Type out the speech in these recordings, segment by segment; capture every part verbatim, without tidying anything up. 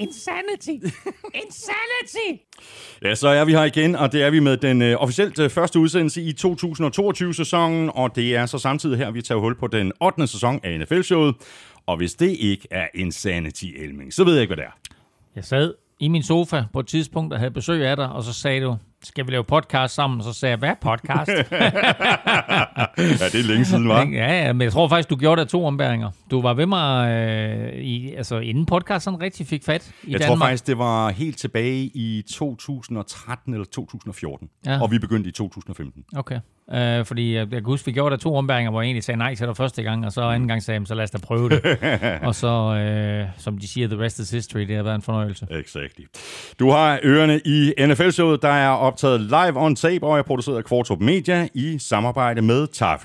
Insanity! Insanity! Ja, så er vi her igen, og det er vi med den øh, officielt øh, første udsendelse i to tusind og toogtyve-sæsonen, og det er så samtidig her, vi tager hul på den ottende sæson af N F L-showet. Og hvis det ikke er Insanity, Elming, så ved jeg ikke, hvad det er. Jeg sad i min sofa på et tidspunkt og havde besøg af dig, og så sagde du, skal vi lave podcast sammen? Og så sagde jeg, hvad er podcast? Ja, det er længe siden, var. Ja, ja, men jeg tror faktisk, du gjorde det af to ombæringer. Du var ved mig, øh, i, altså inden podcasten rigtig fik fat i Jeg Danmark. tror faktisk, det var helt tilbage i to tusind og tretten eller to tusind og fjorten, ja. Og vi begyndte i to tusind og femten. Okay, øh, fordi jeg kan huske, vi gjorde det af to ombæringer, hvor jeg egentlig sagde nej til dig første gang, og så anden gang sagde jeg, så lad os da prøve det. Og så, øh, som de siger, the rest is history, det har været en fornøjelse. Exactly. Du har ørerne i N F L-showet, der er optaget live on tape, og er produceret af Kvartrup Media i samarbejde med Tafel.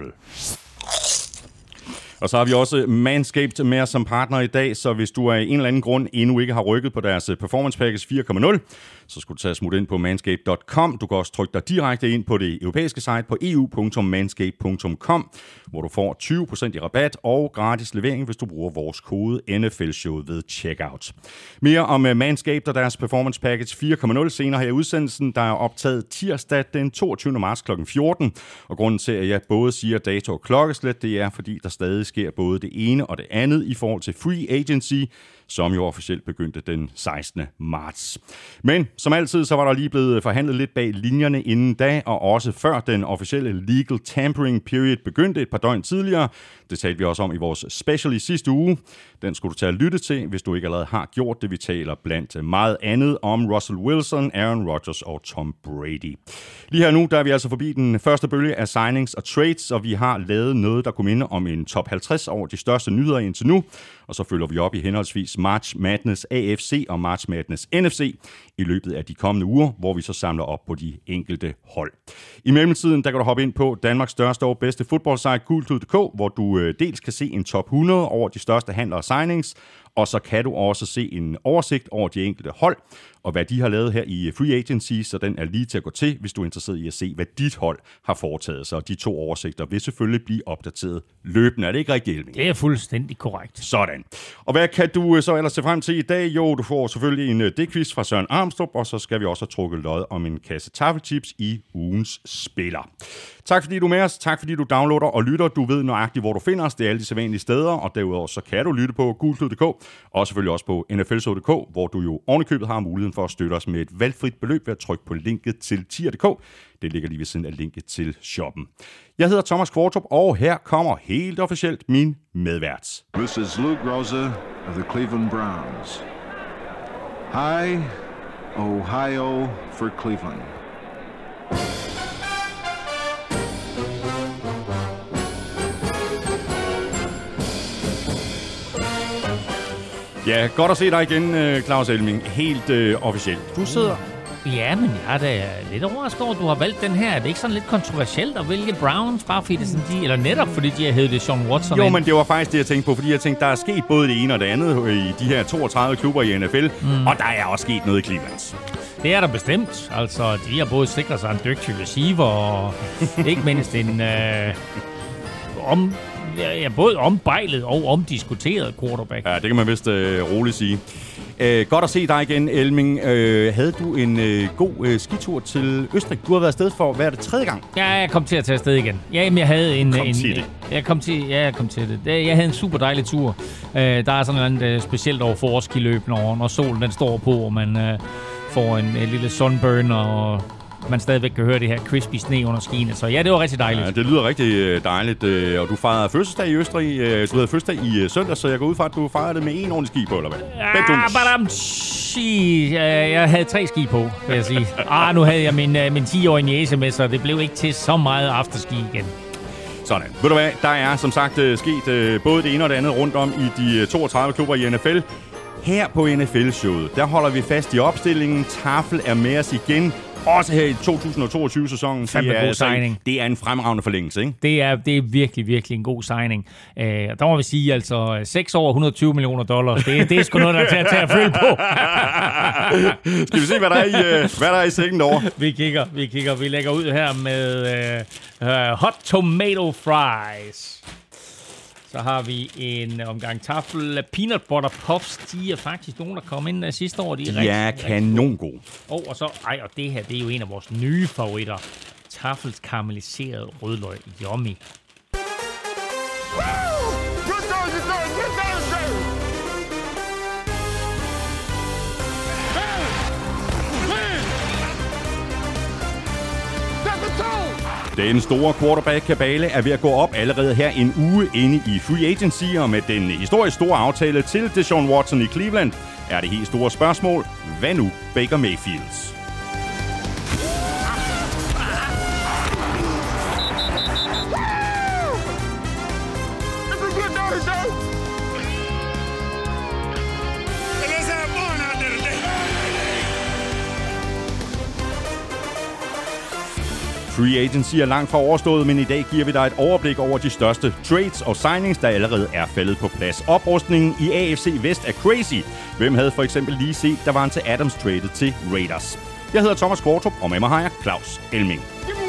Og så har vi også Manscaped med os som partner i dag, så hvis du af en eller anden grund endnu ikke har rykket på deres Performance Package fire punkt nul, så skulle du tage smut ind på manscaped punktum com. Du kan også trykke dig direkte ind på det europæiske site på e u punktum manscaped punktum com, hvor du får tyve procent i rabat og gratis levering, hvis du bruger vores kode N F L-showet ved checkout. Mere om Manscaped og deres Performance Package fire punkt nul senere her i udsendelsen, der er optaget tirsdag den toogtyvende marts klokken fjorten. Og grunden til, at jeg både siger dato og klokkeslæt, det er, fordi der stadig sker både det ene og det andet i forhold til Free Agency, som jo officielt begyndte den sekstende marts. Men som altid, så var der lige blevet forhandlet lidt bag linjerne inden da, og også før den officielle legal tampering period begyndte et par døgn tidligere. Det talte vi også om i vores special i sidste uge. Den skulle du tage at lytte til, hvis du ikke allerede har gjort det. Vi taler blandt meget andet om Russell Wilson, Aaron Rodgers og Tom Brady. Lige her nu, der er vi altså forbi den første bølge af signings og trades, og vi har lavet noget, der kunne minde om en top halvtreds over de største nyheder indtil nu. Og så følger vi op i henholdsvis March Madness A F C og March Madness N F C i løbet af de kommende uger, hvor vi så samler op på de enkelte hold. I mellemtiden, der kan du hoppe ind på Danmarks største og bedste fodboldsite Gulklud punktum d k, hvor du dels kan se en top hundrede over de største handler og signings, og så kan du også se en oversigt over de enkelte hold, og hvad de har lavet her i Free Agency, så den er lige til at gå til, hvis du er interesseret i at se, hvad dit hold har foretaget sig. Og de to oversigter vil selvfølgelig blive opdateret løbende. Er det ikke rigtigt, Elming? Det er fuldstændig korrekt. Sådan. Og hvad kan du så ellers se frem til i dag? Jo, du får selvfølgelig en D-quiz fra Søren Armstrong, og så skal vi også have trukket lod om en kasse taffelchips i ugens spiller. Tak fordi du er med os. Tak fordi du downloader og lytter. Du ved nøjagtigt, hvor du finder os. Det er alle de sædvanlige steder, og derudover så kan du lytte på Gulklud punktum d k, og selvfølgelig også på N F L punktum d k, hvor du jo ovenikøbet har muligheden for at støtte os med et valgfrit beløb ved at trykke på linket til tier punktum d k. Det ligger lige ved siden af linket til shoppen. Jeg hedder Thomas Kvartrup, og her kommer helt officielt min medvært. This is Luke Rosa of the Cleveland Browns. Hi, Ohio for Cleveland. Ja, godt at se dig igen, Claus Elming. Helt øh, officielt. Du sidder... Ja, men jeg er da lidt overrasket over, at du har valgt den her. Er det ikke sådan lidt kontroversielt at vælge Browns, bare fordi det er sådan de... Eller netop fordi de har hævet det Sean Watson Jo, ind? men det var faktisk det, jeg tænkte på. Fordi jeg tænkte, der er sket både det ene og det andet i de her toogtredive klubber i N F L. Mm. Og der er også sket noget i Cleveland. Det er der bestemt. Altså, de har både sikret sig en dygtig receiver og ikke mindst en... Øh, om... Ja, både ombejlet og omdiskuteret quarterback. Ja, det kan man vist øh, roligt sige. Øh, godt at se dig igen, Elming. Øh, havde du en øh, god øh, skitur til Østrig? Du har været afsted for, hvad er det, tredje gang? Ja, jeg kom til at tage afsted igen. Ja, men jeg havde en... Kom en, til det. Jeg kom til, ja, jeg kom til det. Jeg havde en super dejlig tur. Øh, der er sådan noget andet specielt over forårskiløb, når, når solen den står på, og man øh, får en, en lille sunburn, og man stadigvæk kan høre det her crispy sne under skiene. Så ja, det var rigtig dejligt. Ja, det lyder rigtig dejligt. Og du fejrede fødselsdag i Østrig. Du havde fødselsdag i søndag, så jeg går ud fra, at du fejrede det med en ordentlig ski på, eller hvad? Ja, badam, jeg havde tre ski på, vil jeg sige. Ah, nu havde jeg min, min ti-årige niece med, så det blev ikke til så meget afterski igen. Sådan. Ved du hvad, der er som sagt sket både det ene og det andet rundt om i de toogtredive klubber i N F L. Her på N F L-showet, der holder vi fast i opstillingen. Tafel er med os igen. Også her i to tusind og toogtyve-sæsonen. Det er, altså, det er en fremragende forlængelse, ikke? Det er, det er virkelig, virkelig en god signing. Uh, der må vi sige, altså seks år, et hundrede og tyve millioner dollars. Det, det er sgu noget, der er til at tage at følge på. Skal vi se, hvad der er i, uh, hvad der er i second år? Vi kigger, vi kigger. Vi lægger ud her med uh, uh, hot tomato fries. Så har vi en omgang taffel peanut butter puffs. De er faktisk nogen, der kom ind sidste år. De er, de er kanon gode. Oh, og så, ej, og det her, det er jo en af vores nye favoritter. Taffels karamelliseret rødløg. Yummy. Den store quarterback-kabale er ved at gå op allerede her en uge inde i free agency, og med den historisk store aftale til Deshaun Watson i Cleveland, er det helt store spørgsmål: hvad nu Baker Mayfields? Free agency er langt fra overstået, men i dag giver vi dig et overblik over de største trades og signings, der allerede er faldet på plads. Oprustningen i A F C Vest er crazy. Hvem havde for eksempel lige set, der var en til Adams traded til Raiders? Jeg hedder Thomas Kvartrup, og med mig har jeg Claus Elming.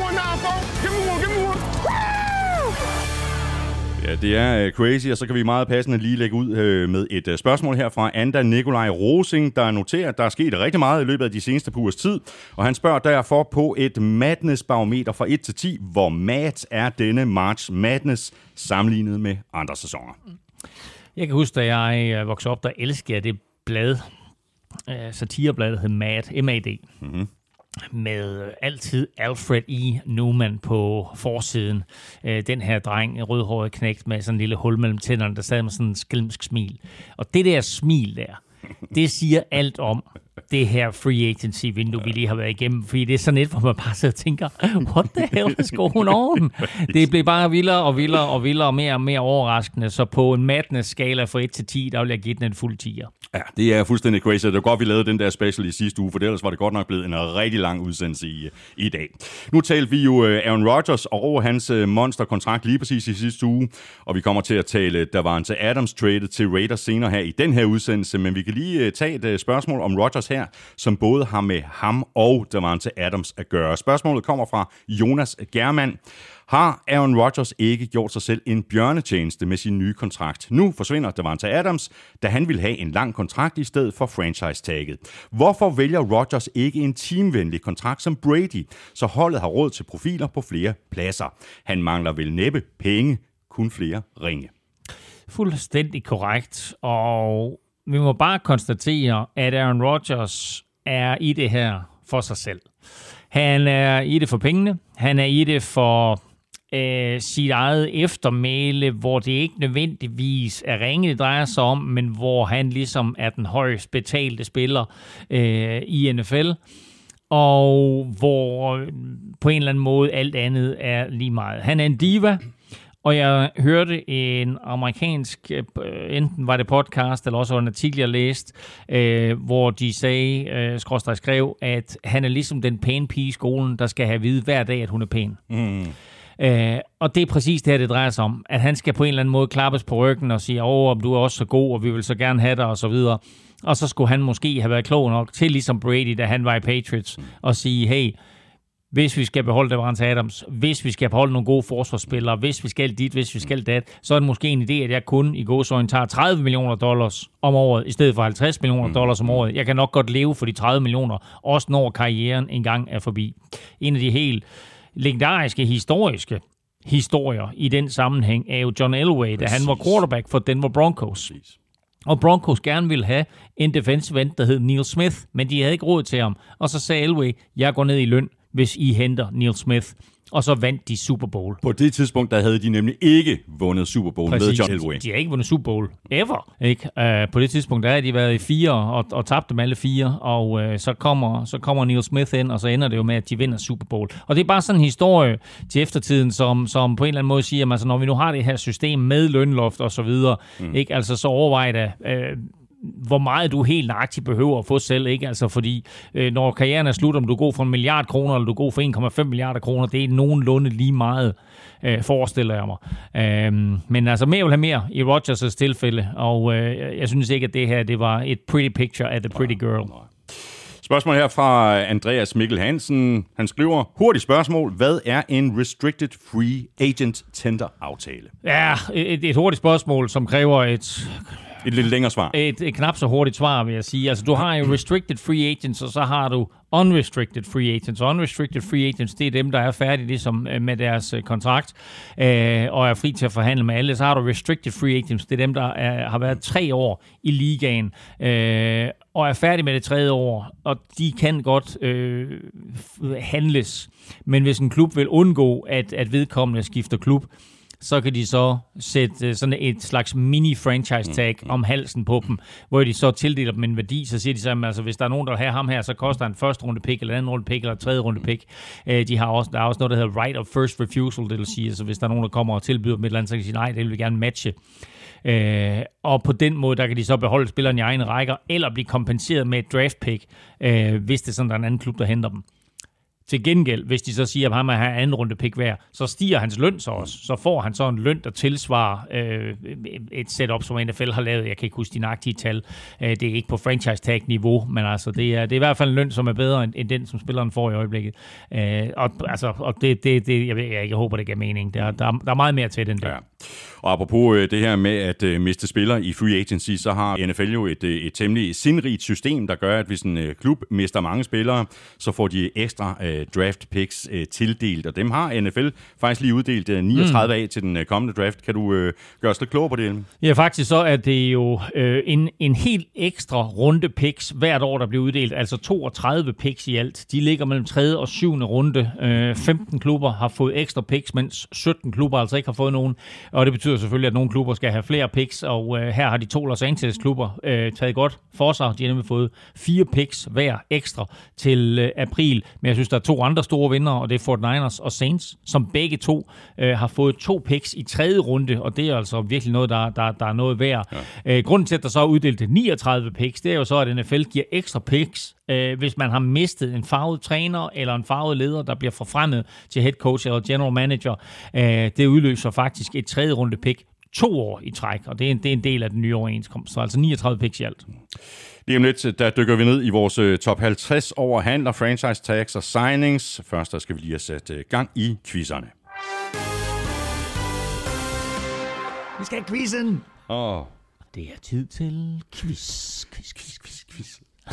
Ja, det er crazy, og så kan vi meget passende lige lægge ud øh, med et øh, spørgsmål her fra Anda Nikolaj Rosing, der noterer, at der er sket rigtig meget i løbet af de seneste par ugers tid, og han spørger derfor på et Madness-barometer fra et til ti, hvor mad er denne March Madness sammenlignet med andre sæsoner? Jeg kan huske, da jeg voksede op, der elskede jeg det blad, øh, satirebladet hed Mad, M A D. Mm-hmm. Med altid Alfred E. Newman på forsiden. Øh, den her dreng, rødhåret knægt med sådan en lille hul mellem tænderne, der sad med sådan en skælmsk smil. Og det der smil der, det siger alt om det her free agency-vindue, vi lige har været igennem. Fordi det er sådan et, hvor man bare sidder og tænker, what the hell is going on? Det blev bare vildere og vildere og vildere og mere og mere overraskende. Så på en madness-skala fra et til ti, der vil jeg give den en fuld tier. Ja, det er fuldstændig crazy. Det var godt, vi lavede den der special i sidste uge, for ellers var det godt nok blevet en rigtig lang udsendelse i, i dag. Nu talte vi jo Aaron Rodgers og hans monsterkontrakt lige præcis i sidste uge, og vi kommer til at tale, der var en til Adams traded til Raiders senere her i den her udsendelse, men vi kan lige tage et spørgsmål om Rodgers her, som både har med ham og Davante Adams at gøre. Spørgsmålet kommer fra Jonas Germann. Har Aaron Rodgers ikke gjort sig selv en bjørnetjeneste med sin nye kontrakt? Nu forsvinder Davante Adams, da han vil have en lang kontrakt i stedet for franchise-tagget. Hvorfor vælger Rodgers ikke en teamvenlig kontrakt som Brady, så holdet har råd til profiler på flere pladser? Han mangler vel næppe penge, kun flere ringe. Fuldstændig korrekt, og vi må bare konstatere, at Aaron Rodgers er i det her for sig selv. Han er i det for pengene, han er i det for øh, sit eget eftermæle, hvor det ikke nødvendigvis er ringe, det drejer sig om, men hvor han ligesom er den højst betalte spiller øh, i N F L, og hvor på en eller anden måde alt andet er lige meget. Han er en diva. Og jeg hørte en amerikansk, enten var det podcast, eller også en artikel, jeg læste, øh, hvor de sagde, øh, skråstreg skrev, at han er ligesom den pæne pige i skolen, der skal have at vide hver dag, at hun er pæn. Mm. Øh, og det er præcis det her, det drejer sig om. At han skal på en eller anden måde klappes på ryggen og sige, åh, du er også så god, og vi vil så gerne have dig, og så videre. Og så skulle han måske have været klog nok til, ligesom Brady, da han var i Patriots, og sige, hey, hvis vi skal beholde Davante Adams, hvis vi skal beholde nogle gode forsvarsspillere, hvis vi skal dit, hvis vi skal dat, så er det måske en idé, at jeg kun i gåseøjne tager tredive millioner dollars om året, i stedet for halvtreds millioner dollars om året. Jeg kan nok godt leve for de tredive millioner, også når karrieren engang er forbi. En af de helt legendariske, historiske historier i den sammenhæng er jo John Elway, da han var quarterback for Denver Broncos. Og Broncos gerne ville have en defensive end, der hed Neil Smith, men de havde ikke råd til ham. Og så sagde Elway, jeg går ned i løn, hvis I henter Neil Smith. Og så vandt de Super Bowl. På det tidspunkt, der havde de nemlig ikke vundet Super Bowl. Præcis. Med John Elway. De har ikke vundet Super Bowl. Ever. Ikke? Uh, på det tidspunkt, der har de været i fire og, og tabt dem alle fire. Og uh, så, kommer, så kommer Neil Smith ind, og så ender det jo med, at de vinder Super Bowl. Og det er bare sådan en historie til eftertiden, som, som på en eller anden måde siger, at altså, når vi nu har det her system med lønloft og så videre, mm. ikke? Altså, så overvej det. Uh, hvor meget du helt nøjagtigt behøver at få selv, ikke? Altså fordi, øh, når karrieren er slut, om du går for en milliard kroner, eller du går for en komma fem milliarder kroner, det er nogenlunde lige meget, øh, forestiller jeg mig. Øh, men altså, mere vil have mere i Rodgers' tilfælde, og øh, jeg synes ikke, at det her, det var et pretty picture af the pretty girl. Spørgsmål her fra Andreas Mikkel Hansen. Han skriver, hurtigt spørgsmål. Hvad er en Restricted Free Agent Tender-aftale? Ja, et, et hurtigt spørgsmål, som kræver et... Et lidt længere svar. Et, et knap så hurtigt svar, vil jeg sige. Altså, du har jo restricted free agents, og så har du unrestricted free agents. Og unrestricted free agents, det er dem, der er færdige ligesom, med deres kontrakt, øh, og er fri til at forhandle med alle. Så har du restricted free agents, det er dem, der er, har været tre år i ligaen, øh, og er færdige med det tredje år, og de kan godt øh, handles. Men hvis en klub vil undgå, at, at vedkommende skifter klub, så kan de så sætte sådan et slags mini-franchise-tag om halsen på dem, hvor de så tildeler dem en værdi. Så siger de så, at altså, hvis der er nogen, der vil have ham her, så koster han første runde pick, eller anden runde pick, eller tredje runde pick. De har også, der er også noget, der hedder right of first refusal, det vil sige, altså hvis der er nogen, der kommer og tilbyder dem et eller andet, så kan de sige, nej, det vil vi gerne matche. Øh, og på den måde, der kan de så beholde spilleren i egne rækker, eller blive kompenseret med et draft pick, øh, hvis det er sådan, der er en anden klub, der henter dem. Til gengæld, hvis de så siger, at han har anden runde pick hver, så stiger hans løn så også. Så får han så en løn, der tilsvarer øh, et setup, som N F L har lavet. Jeg kan ikke huske de nøjagtige tal. Øh, det er ikke på franchise-tag-niveau, men altså, det er, det er i hvert fald en løn, som er bedre end, end den, som spilleren får i øjeblikket. Øh, og altså, og det, det, det, jeg, ved, jeg, jeg håber, det giver mening. Der, der, der er meget mere til den der. Ja. Og apropos øh, det her med at øh, miste spillere i free agency, så har N F L jo et, øh, et temmelig sindrigt system, der gør, at hvis en øh, klub mister mange spillere, så får de ekstra øh, draft picks øh, tildelt, og dem har N F L faktisk lige uddelt øh, niogtredive af mm. til den øh, kommende draft. Kan du øh, gøre os lidt klogere på det, Elming? Ja, faktisk så er det jo øh, en, en helt ekstra runde picks hvert år, der bliver uddelt, altså toogtredive picks i alt. De ligger mellem tredje og syvende runde. Øh, femten klubber har fået ekstra picks, mens sytten klubber altså ikke har fået nogen, og det betyder selvfølgelig, at nogle klubber skal have flere picks, og øh, her har de to Los Angeles-klubber øh, taget godt for sig. De har nemlig fået fire picks hver ekstra til øh, april, men jeg synes, der er to andre store vinder, og det er forty-niners og Saints, som begge to øh, har fået to picks i tredje runde, og det er altså virkelig noget, der, der, der er noget værd. Ja. Øh, grunden til, at der så er uddelt niogtredive picks, det er jo så, at N F L giver ekstra picks, øh, hvis man har mistet en farvet træner eller en farvet leder, der bliver forfremmet til head coach eller general manager. Øh, det udløser faktisk et tredje runde pick to år i træk, og det er en, det er en del af den nye overenskomst, så altså niogtredive picks i alt. Lige om lidt, der dykker vi ned i vores uh, top halvtreds over handler, franchise tags og signings. Først der skal vi lige have sat uh, gang i quizzerne. Vi skal have quizzen! Oh. Det er tid til quiz, quiz, quiz, quiz, quiz.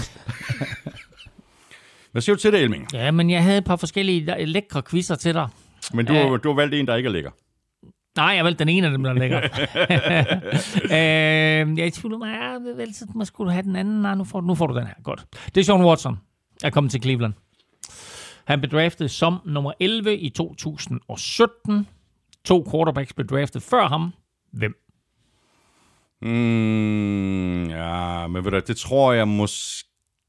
Hvad siger du til det, Elming? Ja, men jeg havde et par forskellige lækre quizzer til dig. Men du, uh, du har valgt en, der ikke er lækker. Nej, jeg valgte den ene af dem, der er lækker. øh, jeg tvivler mig, ja, så skulle du have den anden. Nej, nu får, nu får du den her. Godt. Det er Sean Watson, der er kommet til Cleveland. Han blev draftet som nummer elleve i to tusind sytten. To quarterbacks blev draftet før ham. Hvem? Mm, ja, men ved du, det tror jeg måske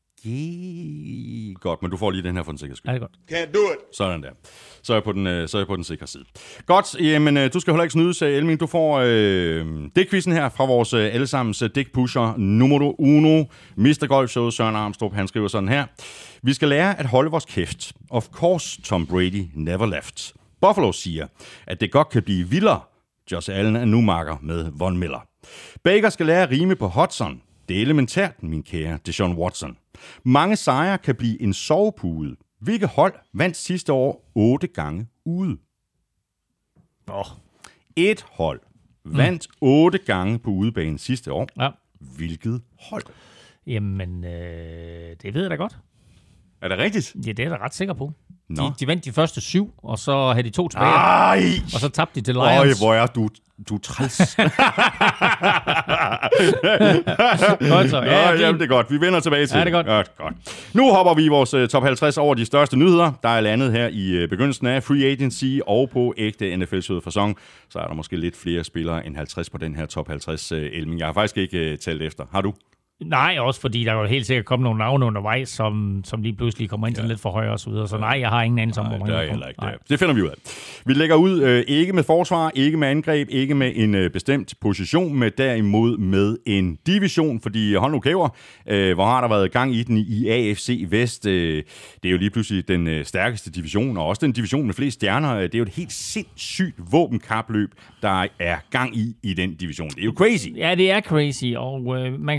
godt, men du får lige den her for den sikre skyld. Ja, det er godt. Can't do it. Sådan der. Så er jeg på den, så er jeg på den sikre side. Godt, jamen du skal heller ikke snydes, Elming. Du får øh, dækquizzen her fra vores øh, allesammens dækpusher numero uno, mister Golfshowet Søren Armstrong. Han skriver sådan her. Vi skal lære at holde vores kæft. Of course, Tom Brady never left. Buffalo siger, at det godt kan blive vildere. Josh Allen er nu makker med Von Miller. Baker skal lære at rime på Hudson. Det er elementært, min kære Deshaun Watson. Mange sejre kan blive en sovepude. Hvilket hold vandt sidste år otte gange ude? Oh. Et hold vandt mm. otte gange på udebanen sidste år. Ja. Hvilket hold? Jamen, øh, det ved jeg da godt. Er det rigtigt? Ja, det er jeg da ret sikker på. De, de vandt de første syv, og så havde de to tilbage. Ej! Og så tabte de til Lions. Øj, hvor er du, du træls. Godt så. Ja, ja, jamen, det er godt. Vi vender tilbage til ja, det. Er godt. Godt, godt. Nu hopper vi i vores uh, top halvtreds over de største nyheder. Der er landet her i uh, begyndelsen af free agency og på ægte N F L-søde facon. Så er der måske lidt flere spillere end halvtreds på den her top halvtreds, uh, Elming. Jeg har faktisk ikke uh, talt efter. Har du? Nej, også fordi der jo helt sikkert kommet nogle navne undervejs, som, som lige pludselig kommer ind til ja. lidt for højre og så videre. Så nej, jeg har ingen anelse om, hvor mange der kommer. Det. det finder vi ud af. Vi lægger ud øh, ikke med forsvar, ikke med angreb, ikke med en øh, bestemt position, men derimod med en division. Fordi hold nu kæver, øh, hvor har der været gang i den i A F C Vest. Øh, det er jo lige pludselig den øh, stærkeste division, og også den division med flest stjerner. Det er jo et helt sindssygt våbenkapløb, der er gang i i den division. Det er jo crazy. Ja, det er crazy, og øh, man kan jo sige, det på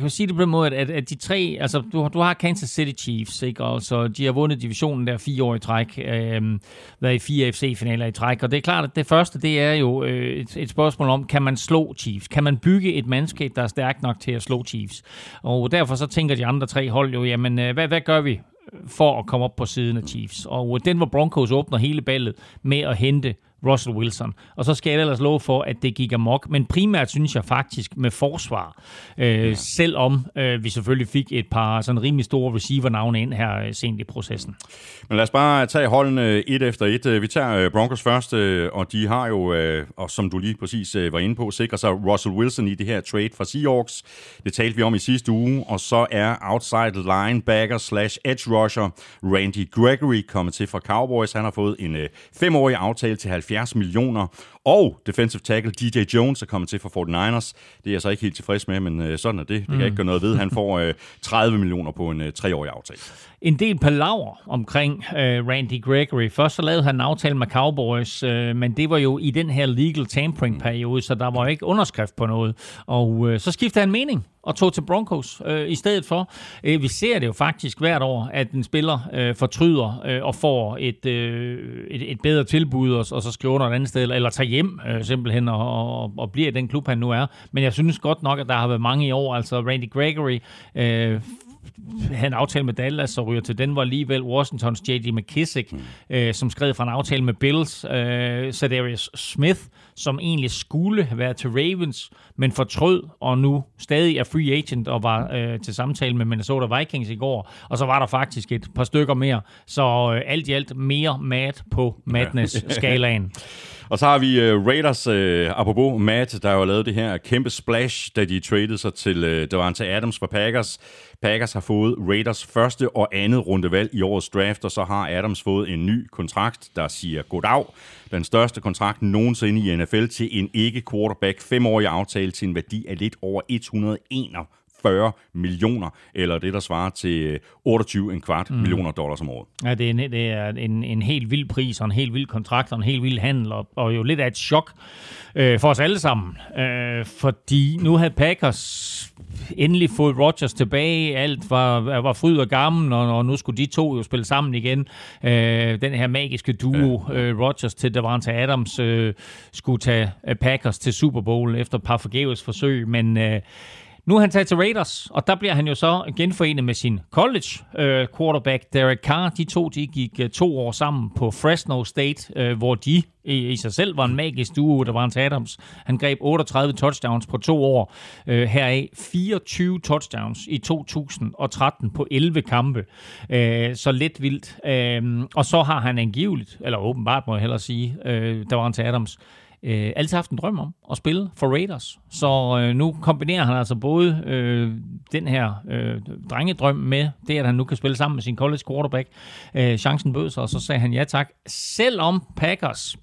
den måde, at, at de tre, altså du, du har Kansas City Chiefs, ikke? Og så de har vundet divisionen der fire år i træk, øh, været i fire A F C-finaler i træk, og det er klart, at det første, det er jo øh, et, et spørgsmål om, kan man slå Chiefs? Kan man bygge et mandskab, der er stærkt nok til at slå Chiefs? Og derfor så tænker de andre tre hold jo, jamen øh, hvad, hvad gør vi for at komme op på siden af Chiefs? Og Denver Broncos åbner hele ballet med at hente Russell Wilson. Og så skal jeg ellers love for, at det gik amok. Men primært synes jeg faktisk med forsvar. Øh, selvom øh, vi selvfølgelig fik et par sådan rimelig store receiver-navne ind her øh, sent i processen. Men lad os bare tage holdene et efter et. Vi tager Broncos først, og de har jo, og som du lige præcis var inde på, sikret sig Russell Wilson i det her trade fra Seahawks. Det talte vi om i sidste uge. Og så er outside linebacker slash edge rusher Randy Gregory kommet til fra Cowboys. Han har fået en femårig aftale til halvfjerds millioner. Og defensive tackle D J Jones er kommet til fra forty-niners. Det er jeg så ikke helt tilfreds med, men øh, sådan er det. Det kan mm. jeg ikke gøre noget ved. Han får øh, tredive millioner på en øh, treårig aftale. En del palaver omkring øh, Randy Gregory. Først så lavede han en aftale med Cowboys, øh, men det var jo i den her legal tampering-periode, så der var ikke underskrift på noget. Og øh, så skiftede han mening og tog til Broncos øh, i stedet for. Øh, vi ser det jo faktisk hvert år, at en spiller øh, fortryder øh, og får et, øh, et, et bedre tilbud, og, og så skriver under et andet sted, eller, eller tager hjem øh, simpelthen og, og, og bliver i den klub, han nu er. Men jeg synes godt nok, at der har været mange i år. Altså Randy Gregory øh, havde en aftale med Dallas og ryger til Denver alligevel. Washingtons J D McKissick, mm. øh, som skrev fra en aftale med Bills. Øh, Zadarius Smith, som egentlig skulle have været til Ravens, men fortrød og nu stadig er free agent og var øh, til samtale med Minnesota Vikings i går. Og så var der faktisk et par stykker mere. Så øh, alt i alt mere mad på madness-skalaen. Og så har vi uh, Raiders, uh, apropos Matt, der har jo lavet det her kæmpe splash, da de traded sig til uh, Davante Adams fra Packers. Packers har fået Raiders første og andet rundevalg i årets draft, og så har Adams fået en ny kontrakt, der siger goddag. Den største kontrakt nogensinde i N F L til en ikke-quarterback. Femårig aftale til en værdi af lidt over et hundrede og enogfyrre millioner, eller det, der svarer til otteogtyve komma fem mm. millioner dollars om året. Ja, det er, en, det er en, en helt vild pris, og en helt vild kontrakt, og en helt vild handel, og, og jo lidt af et chok øh, for os alle sammen. Øh, fordi nu havde Packers endelig fået Rodgers tilbage, alt var, var fryd og gammel, og, og nu skulle de to jo spille sammen igen. Øh, den her magiske duo, ja. øh, Rodgers til Davante Adams, øh, skulle tage Packers til Super Bowl efter et par forgæves forsøg, men øh, nu er han taget til Raiders, og der bliver han jo så genforenet med sin college øh, quarterback, Derek Carr. De to de gik øh, to år sammen på Fresno State, øh, hvor de i, i sig selv var en magisk duo, der var en til Adams. Han greb otteogtredive touchdowns på to år, øh, heraf fireogtyve touchdowns i to tusind og tretten på elleve kampe. Øh, så lidt vildt. Øh, og så har han angiveligt, eller åbenbart må jeg hellere sige, øh, der var en til Adams, Øh, altid haft en drøm om at spille for Raiders. Så øh, nu kombinerer han altså både øh, den her øh, drengedrøm med det, at han nu kan spille sammen med sin college quarterback. Øh, chancen bød sig, og så sagde han ja tak. Selvom Packers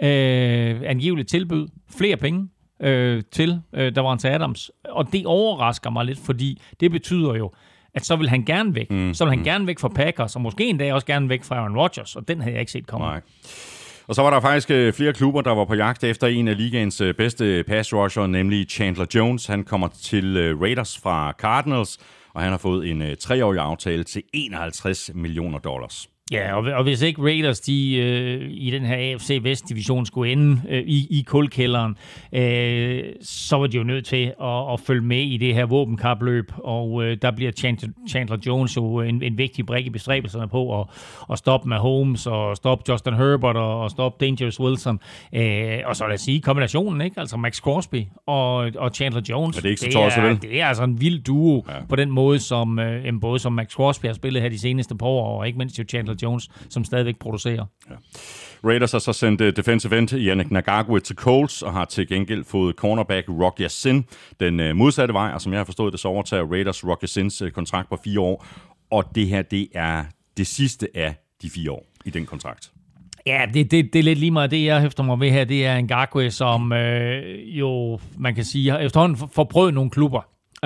øh, angiveligt tilbød flere penge øh, til øh, der var en til Adams. Og det overrasker mig lidt, fordi det betyder jo, at så vil han gerne væk. Mm, så vil han mm. gerne væk fra Packers, og måske en dag også gerne væk fra Aaron Rodgers, og den havde jeg ikke set komme. Nej. Og så var der faktisk flere klubber, der var på jagt efter en af ligaens bedste pass rusher, nemlig Chandler Jones. Han kommer til Raiders fra Cardinals, og han har fået en treårig aftale til enoghalvtreds millioner dollars. Ja, og, og hvis ikke Raiders de, øh, i den her A F C Vest-division skulle ende øh, i, i kulkælderen, øh, så var de jo nødt til at, at følge med i det her våbenkapløb, og øh, der bliver Chandler, Chandler Jones jo en, en vigtig brik i bestræbelserne på at, at stoppe Mahomes, og stoppe Justin Herbert, og, og stoppe Dangerous Wilson. Øh, og så lad os sige kombinationen, ikke? Altså Max Crosby og, og Chandler Jones. Ja, det er ikke så tosset, vel? Det er altså en vild duo ja. På den måde, som øh, både som Max Crosby har spillet her de seneste par år, og ikke mindst jo Chandler Jones, som stadigvæk producerer. Ja. Raiders har så sendt defensive end Yannick Ngakoue til Colts, og har til gengæld fået cornerback Rock Ya-Sin den modsatte vej, og som jeg har forstået det, så overtager Raiders Rock Ya-Sins kontrakt på fire år, og det her, det er det sidste af de fire år i den kontrakt. Ja, det, det, det er lidt lige meget det, jeg hæfter mig ved her. Det er Ngakoue, som øh, jo, man kan sige, har efterhånden forprøvet nogle klubber.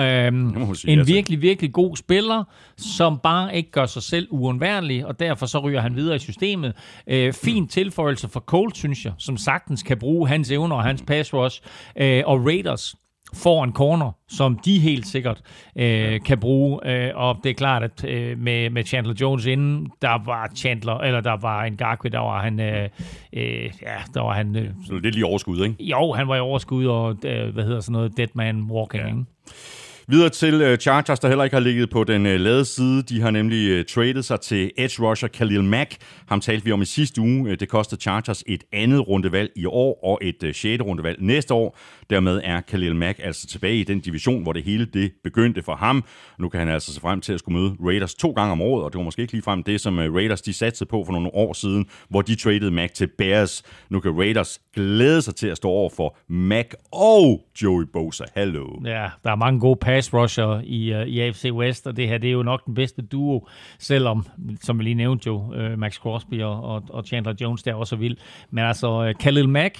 Øhm, sige, en virkelig, virkelig god spiller, som bare ikke gør sig selv uundværlig, og derfor så ryger han videre i systemet. Øh, fin tilføjelse for Colts, synes jeg, som sagtens kan bruge hans evner og hans pass rush. Øh, og Raiders får en corner, som de helt sikkert øh, kan bruge. Øh, og det er klart, at øh, med, med Chandler Jones inden, der var Chandler, eller der var en Ngakoue, der var han... Øh, øh, ja, der var han... Øh, Så lidt lige overskud, ikke? Jo, han var i overskud, og øh, hvad hedder sådan noget, dead man walking, ja. Ikke? Videre til uh, Chargers, der heller ikke har ligget på den uh, lade side. De har nemlig uh, tradet sig til edge rusher Khalil Mack. Ham talte vi om i sidste uge. Uh, det kostede Chargers et andet rundevalg i år og et uh, sjette rundevalg næste år. Dermed er Khalil Mack altså tilbage i den division, hvor det hele det begyndte for ham. Nu kan han altså se frem til at skulle møde Raiders to gange om året, og det var måske ikke ligefrem det, som uh, Raiders de satsede på for nogle år siden, hvor de tradede Mack til Bears. Nu kan Raiders glæde sig til at stå over for Mack og Joey Bosa. Hallo. Ja, der er mange gode pass rusher i, uh, i A F C West, og det her det er jo nok den bedste duo, selvom, som vi lige nævnte jo, uh, Max Crosby og, og, og Chandler Jones der også vild. Men altså, uh, Khalil Mack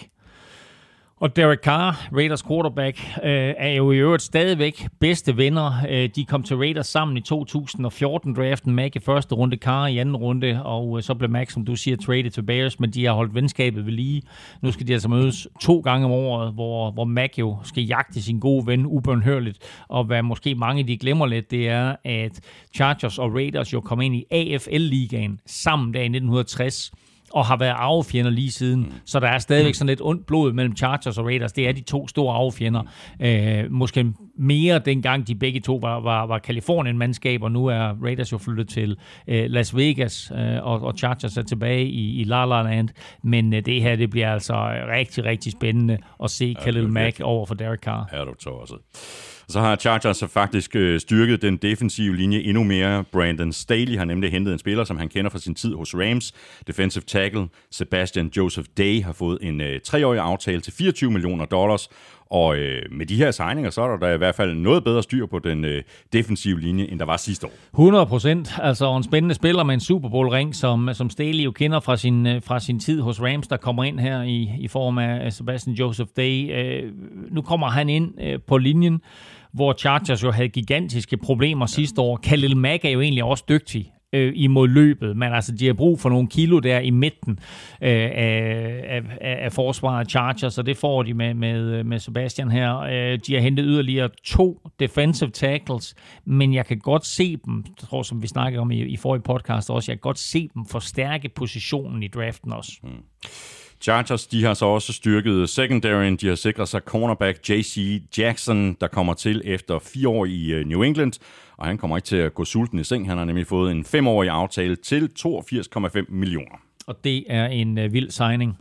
og Derek Carr, Raiders quarterback, øh, er jo i øvrigt stadigvæk bedste venner. Øh, de kom til Raiders sammen i to tusind og fjorten-draften. Mack i første runde, Carr i anden runde, og øh, så blev Mack, som du siger, traded til Bears, men de har holdt venskabet ved lige. Nu skal de altså mødes to gange om året, hvor, hvor Mack jo skal jagte sin gode ven ubønhørligt. Og hvad måske mange de glemmer lidt, det er, at Chargers og Raiders jo kom ind i A F L-ligaen sammen der i nitten tres, og har været arvefjender lige siden. Mm. Så der er stadigvæk sådan lidt ondt blod mellem Chargers og Raiders. Det er de to store arvefjender. Øh, måske mere dengang de begge to var, var, var Kalifornien-mandskab, og nu er Raiders jo flyttet til øh, Las Vegas, øh, og, og Chargers er tilbage i, i La La Land. Men øh, det her, det bliver altså rigtig, rigtig spændende at se ja, Khalil Mack over for Derek Carr. Ja, du tror også. Så har Chargers faktisk styrket den defensive linje endnu mere. Brandon Staley har nemlig hentet en spiller, som han kender fra sin tid hos Rams. Defensive tackle Sebastian Joseph Day har fået en øh, treårig aftale til fireogtyve millioner dollars. Og øh, med de her signinger, så er der i hvert fald noget bedre styr på den øh, defensive linje, end der var sidste år. hundrede procent. Altså en spændende spiller med en Super Bowl-ring, som, som Staley jo kender fra sin, fra sin tid hos Rams, der kommer ind her i, i form af Sebastian Joseph Day. Øh, nu kommer han ind øh, på linjen, hvor Chargers jo havde gigantiske problemer ja. sidste år. Khalil Mack er jo egentlig også dygtig øh, imod løbet, men altså de har brug for nogle kilo der i midten øh, af, af, af forsvaret af Chargers, og det får de med, med, med Sebastian her. Øh, de har hentet yderligere to defensive tackles, men jeg kan godt se dem, jeg tror, som vi snakkede om i, i forrige podcast også, jeg kan godt se dem forstærke positionen i draften også. Hmm. Chargers, de har så også styrket secondaryen. De har sikret sig cornerback J C Jackson, der kommer til efter fire år i New England, og han kommer ikke til at gå sulten i seng. Han har nemlig fået en femårig aftale til toogfirs komma fem millioner. Og det er en uh, vild signing.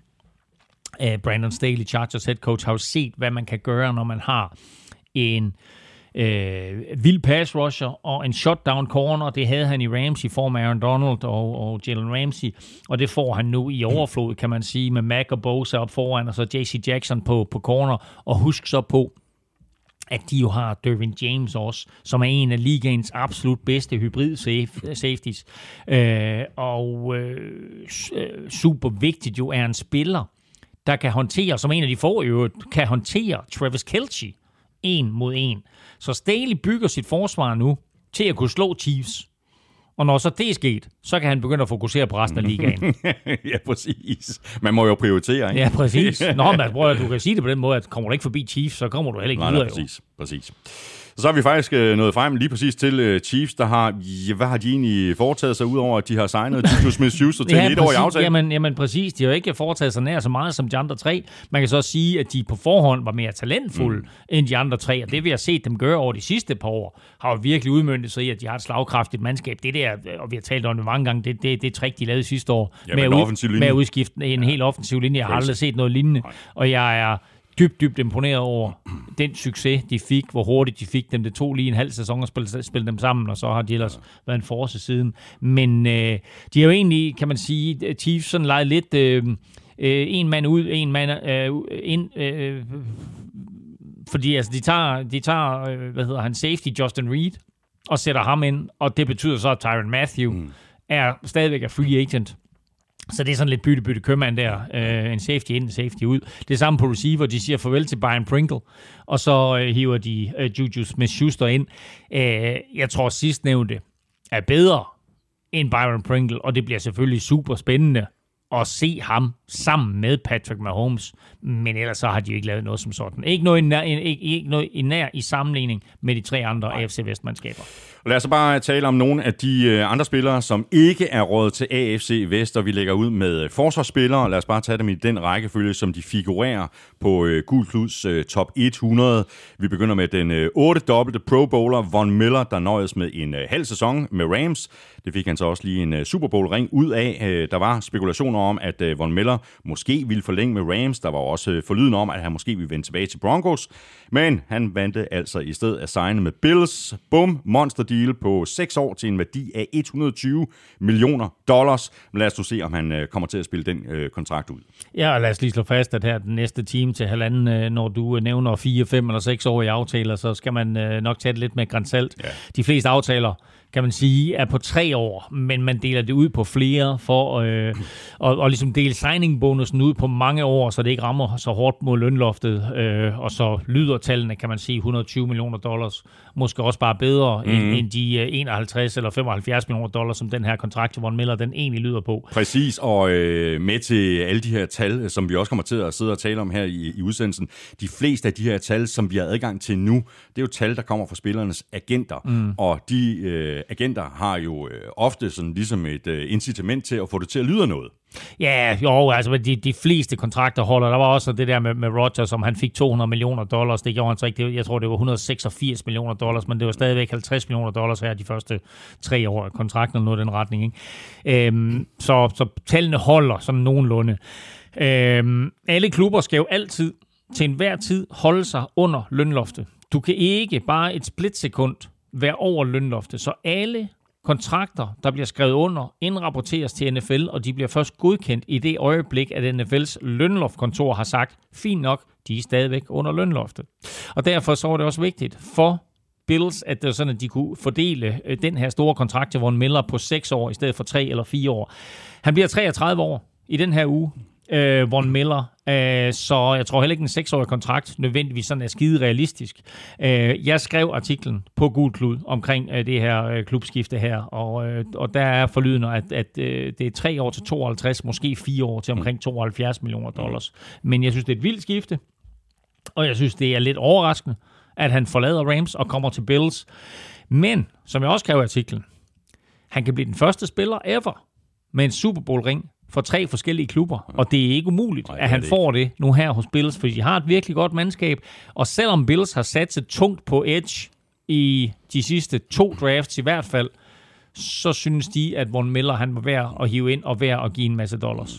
Uh, Brandon Staley, Chargers head coach, har jo set, hvad man kan gøre, når man har en Øh, vild pass rusher og en shutdown corner. Det havde han i Rams i form af Aaron Donald og, og Jalen Ramsey, og det får han nu i overflod, kan man sige, med Mack og Bosa op foran, og så J C Jackson på, på corner. Og husk så på, at de jo har Derwin James også, som er en af ligaens absolut bedste hybrid safeties. Øh, og øh, super vigtigt jo er en spiller, der kan håndtere, som en af de få i øvrigt, kan håndtere Travis Kelce en mod en. Så Staley bygger sit forsvar nu til at kunne slå Chiefs. Og når så det er sket, så kan han begynde at fokusere på resten af ligaen. Ja, præcis. Man må jo prioritere, ikke? Ja, præcis. Nå, men bror, du kan sige det på den måde, at kommer du ikke forbi Chiefs, så kommer du heller ikke nej, videre. Nej, præcis. præcis. Så har vi faktisk øh, nået frem lige præcis til øh, Chiefs, der har, ja, hvad har de egentlig foretaget sig, udover at de har signet Juju Smith-Schuster til ja, en etårig aftale? Jamen, jamen præcis, de har jo ikke foretaget sig nær så meget som de andre tre. Man kan så sige, at de på forhånd var mere talentfulde mm. end de andre tre, og det vi har set dem gøre over de sidste par år, har jo virkelig udmøntet sig i, at de har et slagkraftigt mandskab. Det der, og vi har talt om det mange gange, det, det, det trick, de lavede sidste år, ja, med, at ud, med at udskifte en ja. helt offensiv linje. Jeg har aldrig set noget lignende, Nej. og jeg er dybt, dybt imponeret over den succes, de fik, hvor hurtigt de fik dem. Det tog lige en halv sæson at spille, spille dem sammen, og så har de ellers ja. været en force siden. Men øh, de har jo egentlig, kan man sige, Chiefs sådan leget lidt øh, øh, en mand ud, en mand øh, ind, øh, fordi altså, de tager, de tager øh, hvad hedder han, safety Justin Reed, og sætter ham ind, og det betyder så, at Tyrann Mathieu mm. er stadigvæk er free agent. Så det er sådan lidt bytte-bytte købmand der. Uh, en safety ind, en safety ud. Det er samme på receiver. De siger farvel til Byron Pringle, og så uh, hiver de uh, Juju Smith-Schuster ind. Uh, jeg tror, sidstnævnte er bedre end Byron Pringle, og det bliver selvfølgelig super spændende at se ham sammen med Patrick Mahomes, men ellers så har de jo ikke lavet noget som sådan. Ikke noget i nær, ikke, ikke noget i, nær i sammenligning med de tre andre A F C Vest-mandskaber. Lad os så bare tale om nogle af de andre spillere, som ikke er råd til A F C Vest, og vi lægger ud med forsvarsspillere. Lad os bare tage dem i den rækkefølge, som de figurerer på Gul Kluds top hundrede. Vi begynder med den otte-dobbelte Pro Bowler Von Miller, der nøjes med en halv sæson med Rams. Det fik han så også lige en Super Bowl-ring ud af. Der var spekulationer om, at Von Miller måske ville forlænge med Rams. Der var også forlyden om, at han måske ville vende tilbage til Broncos. Men han valgte altså i stedet at signe med Bills. Bum, monster deal på seks år til en værdi af et hundrede og tyve millioner dollars. Men lad os nu se, om han kommer til at spille den øh, kontrakt ud. Ja, og lad os lige slå fast, at her den næste time til halvanden, når du nævner fire, fem eller seks år i aftaler, så skal man øh, nok tage det lidt med grænsalt. Ja. De fleste aftaler, kan man sige, er på tre år, men man deler det ud på flere for øh, og, og ligesom dele signing-bonusen ud på mange år, så det ikke rammer så hårdt mod lønloftet, øh, og så lyder tallene, kan man sige, et hundrede og tyve millioner dollars, måske også bare bedre mm-hmm. end, end de enoghalvtreds eller femoghalvfjerds millioner dollars, som den her kontrakt til Von Miller, den egentlig lyder på. Præcis, og øh, med til alle de her tal, som vi også kommer til at sidde og tale om her i, i udsendelsen, de fleste af de her tal, som vi har adgang til nu, det er jo tal, der kommer fra spillernes agenter, mm. og de øh, agenter har jo øh, ofte sådan ligesom et øh, incitament til at få det til at lyde noget. Ja, jo, altså de, de fleste kontrakter holder. Der var også det der med, med Rodgers, som han fik to hundrede millioner dollars. Det gjorde han så ikke. Jeg tror, det var et hundrede og seksogfirs millioner dollars, men det var stadigvæk halvtreds millioner dollars her de første tre år af kontrakten, eller noget i den retning. Ikke? Øhm, så, så tallene holder sådan nogenlunde. Øhm, alle klubber skal jo altid til enhver tid holde sig under lønloftet. Du kan ikke bare et splitsekund være over lønloftet, så alle kontrakter, der bliver skrevet under, indrapporteres til N F L, og de bliver først godkendt i det øjeblik, at N F L's lønloftkontor har sagt, fint nok, de er stadigvæk under lønloftet. Og derfor så var det også vigtigt for Bills, at det var sådan, at de kunne fordele den her store kontrakt til Von Miller på seks år, i stedet for tre eller fire år. Han bliver treogtredive år i den her uge, øh, Von Miller, øh, så jeg tror heller ikke en seksårig kontrakt nødvendigvis sådan er skide realistisk. Øh, jeg skrev artiklen på Gul Klud omkring øh, det her øh, klubskifte her, og, øh, og der er forlydende, at, at øh, det er tre år til tooghalvtreds, måske fire år til omkring tooghalvfjerds millioner dollars. Men jeg synes, det er et vildt skifte, og jeg synes, det er lidt overraskende, at han forlader Rams og kommer til Bills. Men, som jeg også skrev i artiklen, han kan blive den første spiller ever med en Super Bowl-ring for tre forskellige klubber, og det er ikke umuligt, Nej, at han det får det nu her hos Bills, for de har et virkelig godt mandskab, og selvom Bills har sat sig tungt på edge i de sidste to drafts i hvert fald, så synes de, at Von Miller han var værd at hive ind og værd at give en masse dollars.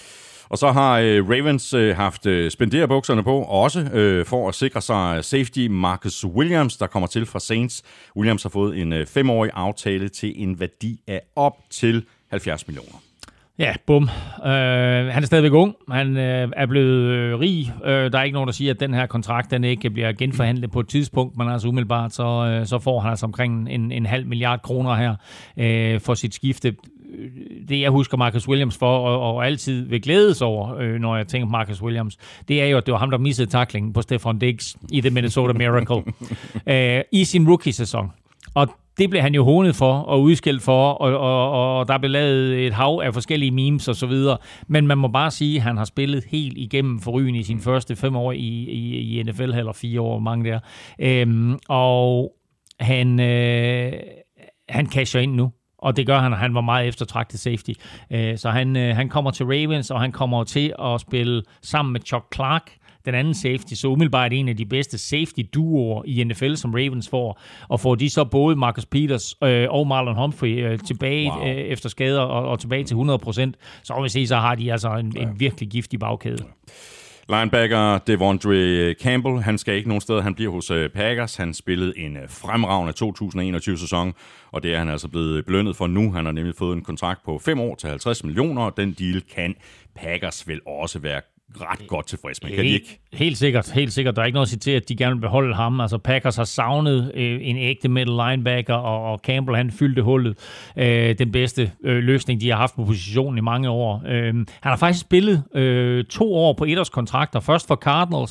Og så har øh, Ravens øh, haft øh, spenderbukserne på, også øh, for at sikre sig safety Marcus Williams, der kommer til fra Saints. Williams har fået en øh, femårig aftale til en værdi af op til halvfjerds millioner. Ja, bum. Øh, han er stadigvæk ung. Han øh, er blevet øh, rig. Øh, der er ikke nogen, der siger, at den her kontrakt den ikke bliver genforhandlet på et tidspunkt, men altså umiddelbart, så, øh, så får han altså omkring en, en halv milliard kroner her øh, for sit skifte. Det, jeg husker Marcus Williams for, og, og altid vil glædes over, øh, når jeg tænker på Marcus Williams, det er jo, at det var ham, der missede tacklingen på Stephon Diggs i The Minnesota Miracle øh, i sin rookie-sæson. Og det blev han jo hånet for og udskilt for, og, og, og der blev lavet et hav af forskellige memes og så videre. Men man må bare sige, at han har spillet helt igennem forrygende i sine første fem år i, i, i N F L, eller fire år, mange der. Øhm, og han, øh, han casher ind nu. Og det gør han, og han var meget eftertragtet safety. Så han, han kommer til Ravens, og han kommer til at spille sammen med Chuck Clark, den anden safety, så umiddelbart en af de bedste safety-duoer i N F L, som Ravens får. Og får de så både Marcus Peters øh, og Marlon Humphrey øh, tilbage wow. øh, efter skader og, og tilbage til hundrede procent, så vil vi se, så har de altså en, en virkelig giftig bagkæde. Linebacker Devondre Campbell, han skal ikke nogen steder, han bliver hos Packers. Han spillede en fremragende to tusind og enogtyve-sæson, og det er han altså blevet belønnet for nu. Han har nemlig fået en kontrakt på fem år til halvtreds millioner, og den deal kan Packers vel også være ret godt tilfreds med, kan de ikke? Helt sikkert, helt sikkert. Der er ikke noget at sige til, at de gerne vil beholde ham. Altså Packers har savnet øh, en ægte middle linebacker, og, og Campbell han fyldte hullet. Øh, den bedste øh, løsning, de har haft på positionen i mange år. Øh, han har faktisk spillet øh, to år på etårskontrakter. Først for Cardinals,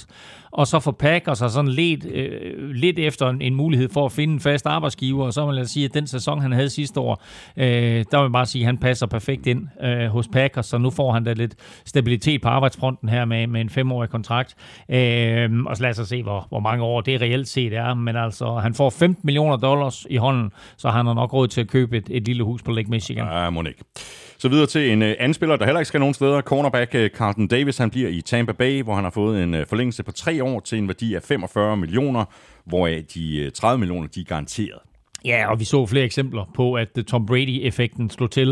og så for Packers og sådan lidt, øh, lidt efter en, en mulighed for at finde en fast arbejdsgiver, og så vil jeg sige, at den sæson, han havde sidste år, øh, der vil jeg bare sige, at han passer perfekt ind øh, hos Packers, så nu får han da lidt stabilitet på arbejdsfronten her med, med en femårig kontrakt. Øh, og så lad os se, hvor, hvor mange år det reelt set er, men altså, han får femten millioner dollars i hånden, så han har nok råd til at købe et, et lille hus på Lake Michigan. Ja, må ikke. Så videre til en uh, anden spiller, der heller ikke skal nogen steder. Cornerback uh, Carlton Davis, han bliver i Tampa Bay, hvor han har fået en uh, forlængelse på tre år til en værdi af femogfyrre millioner, hvoraf de uh, tredive millioner, de er garanteret. Ja, og vi så flere eksempler på, at Tom Brady-effekten slog til,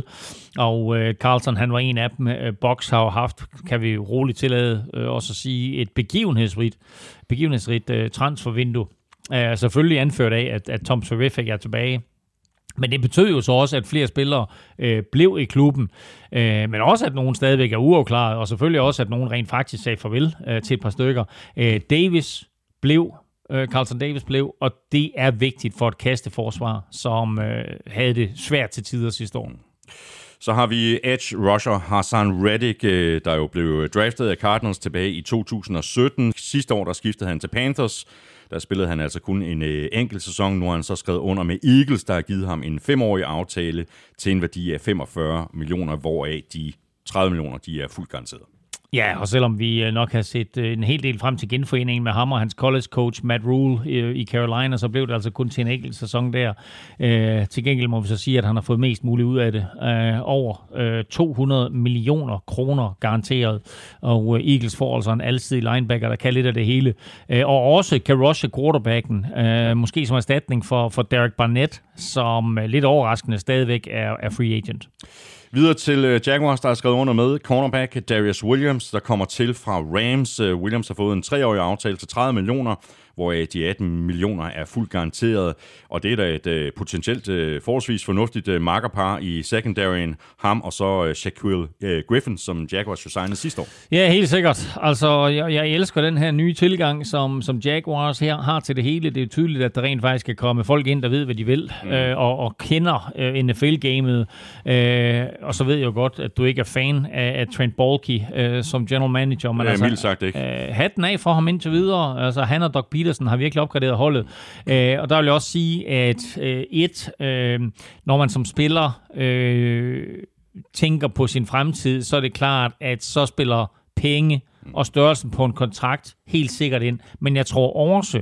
og øh, Carlton, han var en af dem. Bucs har jo haft, kan vi roligt tillade øh, også at sige, et begivenhedsrigt, begivenhedsrigt øh, transfervindue. Øh, selvfølgelig anført af, at, at Tom Terrific er tilbage. Men det betød jo så også, at flere spillere øh, blev i klubben, øh, men også, at nogen stadigvæk er uafklaret, og selvfølgelig også, at nogen rent faktisk sagde farvel øh, til et par stykker. Øh, Davis blev, øh, Carlton Davis blev, og det er vigtigt for et kasteforsvar, som øh, havde det svært til tider sidste år. Så har vi edge rusher Hassan Reddick, der jo blev draftet af Cardinals tilbage i to tusind og sytten. Sidste år der skiftede han til Panthers. Der spillede han altså kun en øh, enkelt sæson. Nu har han så skrevet under med Eagles, der har givet ham en femårig aftale til en værdi af femogfyrre millioner, hvoraf de tredive millioner de er fuldt garanteret. Ja, og selvom vi nok har set en hel del frem til genforeningen med ham og hans college coach Matt Rule i Carolina, så blev det altså kun til en enkelt sæson der. Øh, til gengæld må vi så sige, at han har fået mest muligt ud af det. Øh, over øh, to hundrede millioner kroner garanteret, og øh, Eagles får altså en alsidig linebacker, der kan lidt af det hele. Øh, og også kan rushe quarterbacken, øh, måske som erstatning for, for Derek Barnett, som øh, lidt overraskende stadigvæk er, er free agent. Videre til Jaguars, der er skrevet under med cornerback Darius Williams, der kommer til fra Rams. Williams har fået en treårig aftale til tredive millioner, hvoraf de atten millioner er fuldt garanteret. Og det er da et uh, potentielt uh, forholdsvis fornuftigt uh, makkerpar i secondaryen. Ham og så uh, Shaquille uh, Griffin, som Jaguars jo signede sidste år. Ja, helt sikkert. Altså, jeg, jeg elsker den her nye tilgang, som, som Jaguars her har til det hele. Det er tydeligt, at der rent faktisk kan komme folk ind, der ved, hvad de vil, mm. øh, og, og kender øh, N F L-gamet. Øh, og så ved jeg jo godt, at du ikke er fan af, af Trent Baalke øh, som general manager. Men ja, altså, mildt sagt ikke. Øh, hatten af for ham indtil videre. Altså, han og Doug Peterson har virkelig opgraderet holdet. Øh, og der vil jeg også sige, at øh, et, øh, når man som spiller øh, tænker på sin fremtid, så er det klart, at så spiller penge og størrelsen på en kontrakt helt sikkert ind. Men jeg tror også,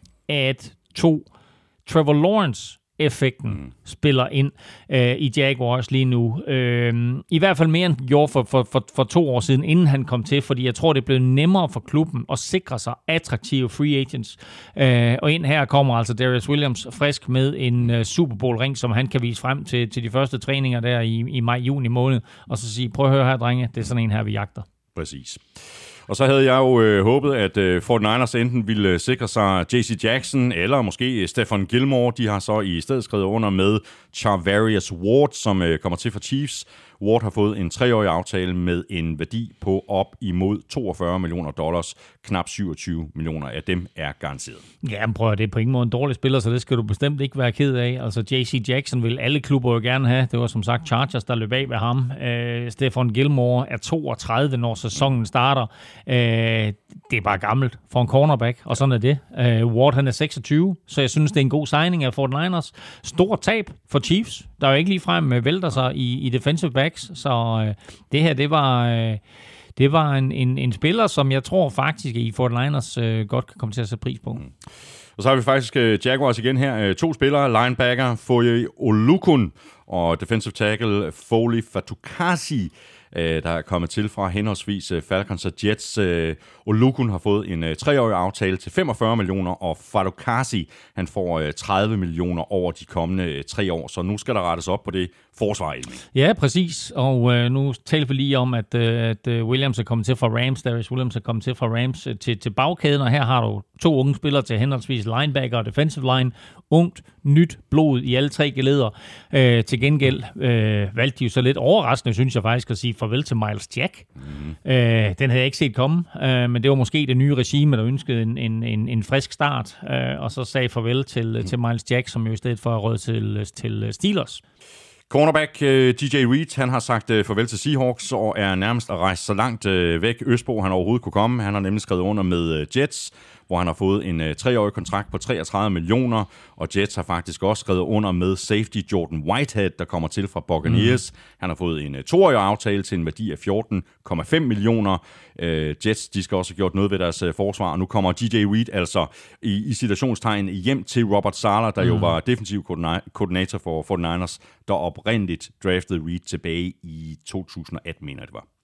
at to Trevor Lawrence effekten mm. spiller ind øh, i Jaguars lige nu. Øh, I hvert fald mere end gjorde for, for, for, for to år siden, inden han kom til, fordi jeg tror, det er blevet nemmere for klubben at sikre sig attraktive free agents. Øh, og ind her kommer altså Darius Williams frisk med en uh, Super Bowl-ring, som han kan vise frem til, til de første træninger der i, i maj-juni måned, og så sige, prøv at høre her, drenge, det er sådan en her, vi jagter. Præcis. Og så havde jeg jo øh, håbet, at øh, forty-niners enten ville øh, sikre sig J C Jackson, eller måske Stephon Gilmore. De har så i stedet skrevet under med Charvarius Ward, som øh, kommer til fra Chiefs. Ward har fået en treårig aftale med en værdi på op imod toogfyrre millioner dollars. Knap syvogtyve millioner af dem er garanteret. Ja, men prøv at det er på ingen måde en dårlig spiller, så det skal du bestemt ikke være ked af. Altså J C Jackson vil alle klubber jo gerne have. Det var som sagt Chargers, der løb af ved ham. Uh, Stephon Gilmore er toogtredive, når sæsonen starter. Uh, det er bare gammelt for en cornerback, og sådan er det. Uh, Ward han er seksogtyve, så jeg synes, det er en god signing af forty-niners. Stort tab for Chiefs, der jo ikke ligefrem vælter sig i, i defensive backs, så uh, det her, det var... Uh, Det var en, en, en spiller, som jeg tror faktisk i forty-niners øh, godt kan komme til at sætte pris på. Mm. Og så har vi faktisk uh, Jaguars igen her. Uh, to spillere, linebacker Foye Olukun og defensive tackle Foley Fatukasi, uh, der er kommet til fra henholdsvis uh, Falcons og Jets. Uh, Olukun har fået en uh, treårig aftale til femogfyrre millioner, og Fatukasi han får uh, tredive millioner over de kommende uh, tre år. Så nu skal der rettes op på det forsvar. Ja, præcis. Og øh, nu taler vi lige om, at, øh, at Williams er kommet til fra Rams, Darius Williams er kommet til fra Rams øh, til, til bagkæden, og her har du to unge spillere til henholdsvis linebacker og defensive line. Ungt, nyt blod i alle tre geleder. Øh, til gengæld øh, valgte de jo så lidt overraskende, synes jeg faktisk, at sige farvel til Miles Jack. Mm. Øh, den havde jeg ikke set komme, øh, men det var måske det nye regime, der ønskede en, en, en, en frisk start, øh, og så sagde farvel til, mm. til Miles Jack, som jo i stedet for rød til, til Steelers. Cornerback uh, D J Reed, han har sagt uh, farvel til Seahawks og er nærmest at rejse så langt uh, væk østpå, han overhovedet kunne komme. Han har nemlig skrevet under med uh, Jets, hvor han har fået en uh, treårig kontrakt på treogtredive millioner, og Jets har faktisk også skrevet under med safety Jordan Whitehead, der kommer til fra Buccaneers. Mm. Han har fået en uh, toårig aftale til en værdi af fjorten komma fem millioner. Uh, Jets, de skal også have gjort noget ved deres uh, forsvar, og nu kommer D J Reed altså i, i situationstegn hjem til Robert Saleh, der mm. jo var defensiv koordinator for forty-niners, der oprindeligt draftede Reed tilbage i to tusind og atten, mener det var.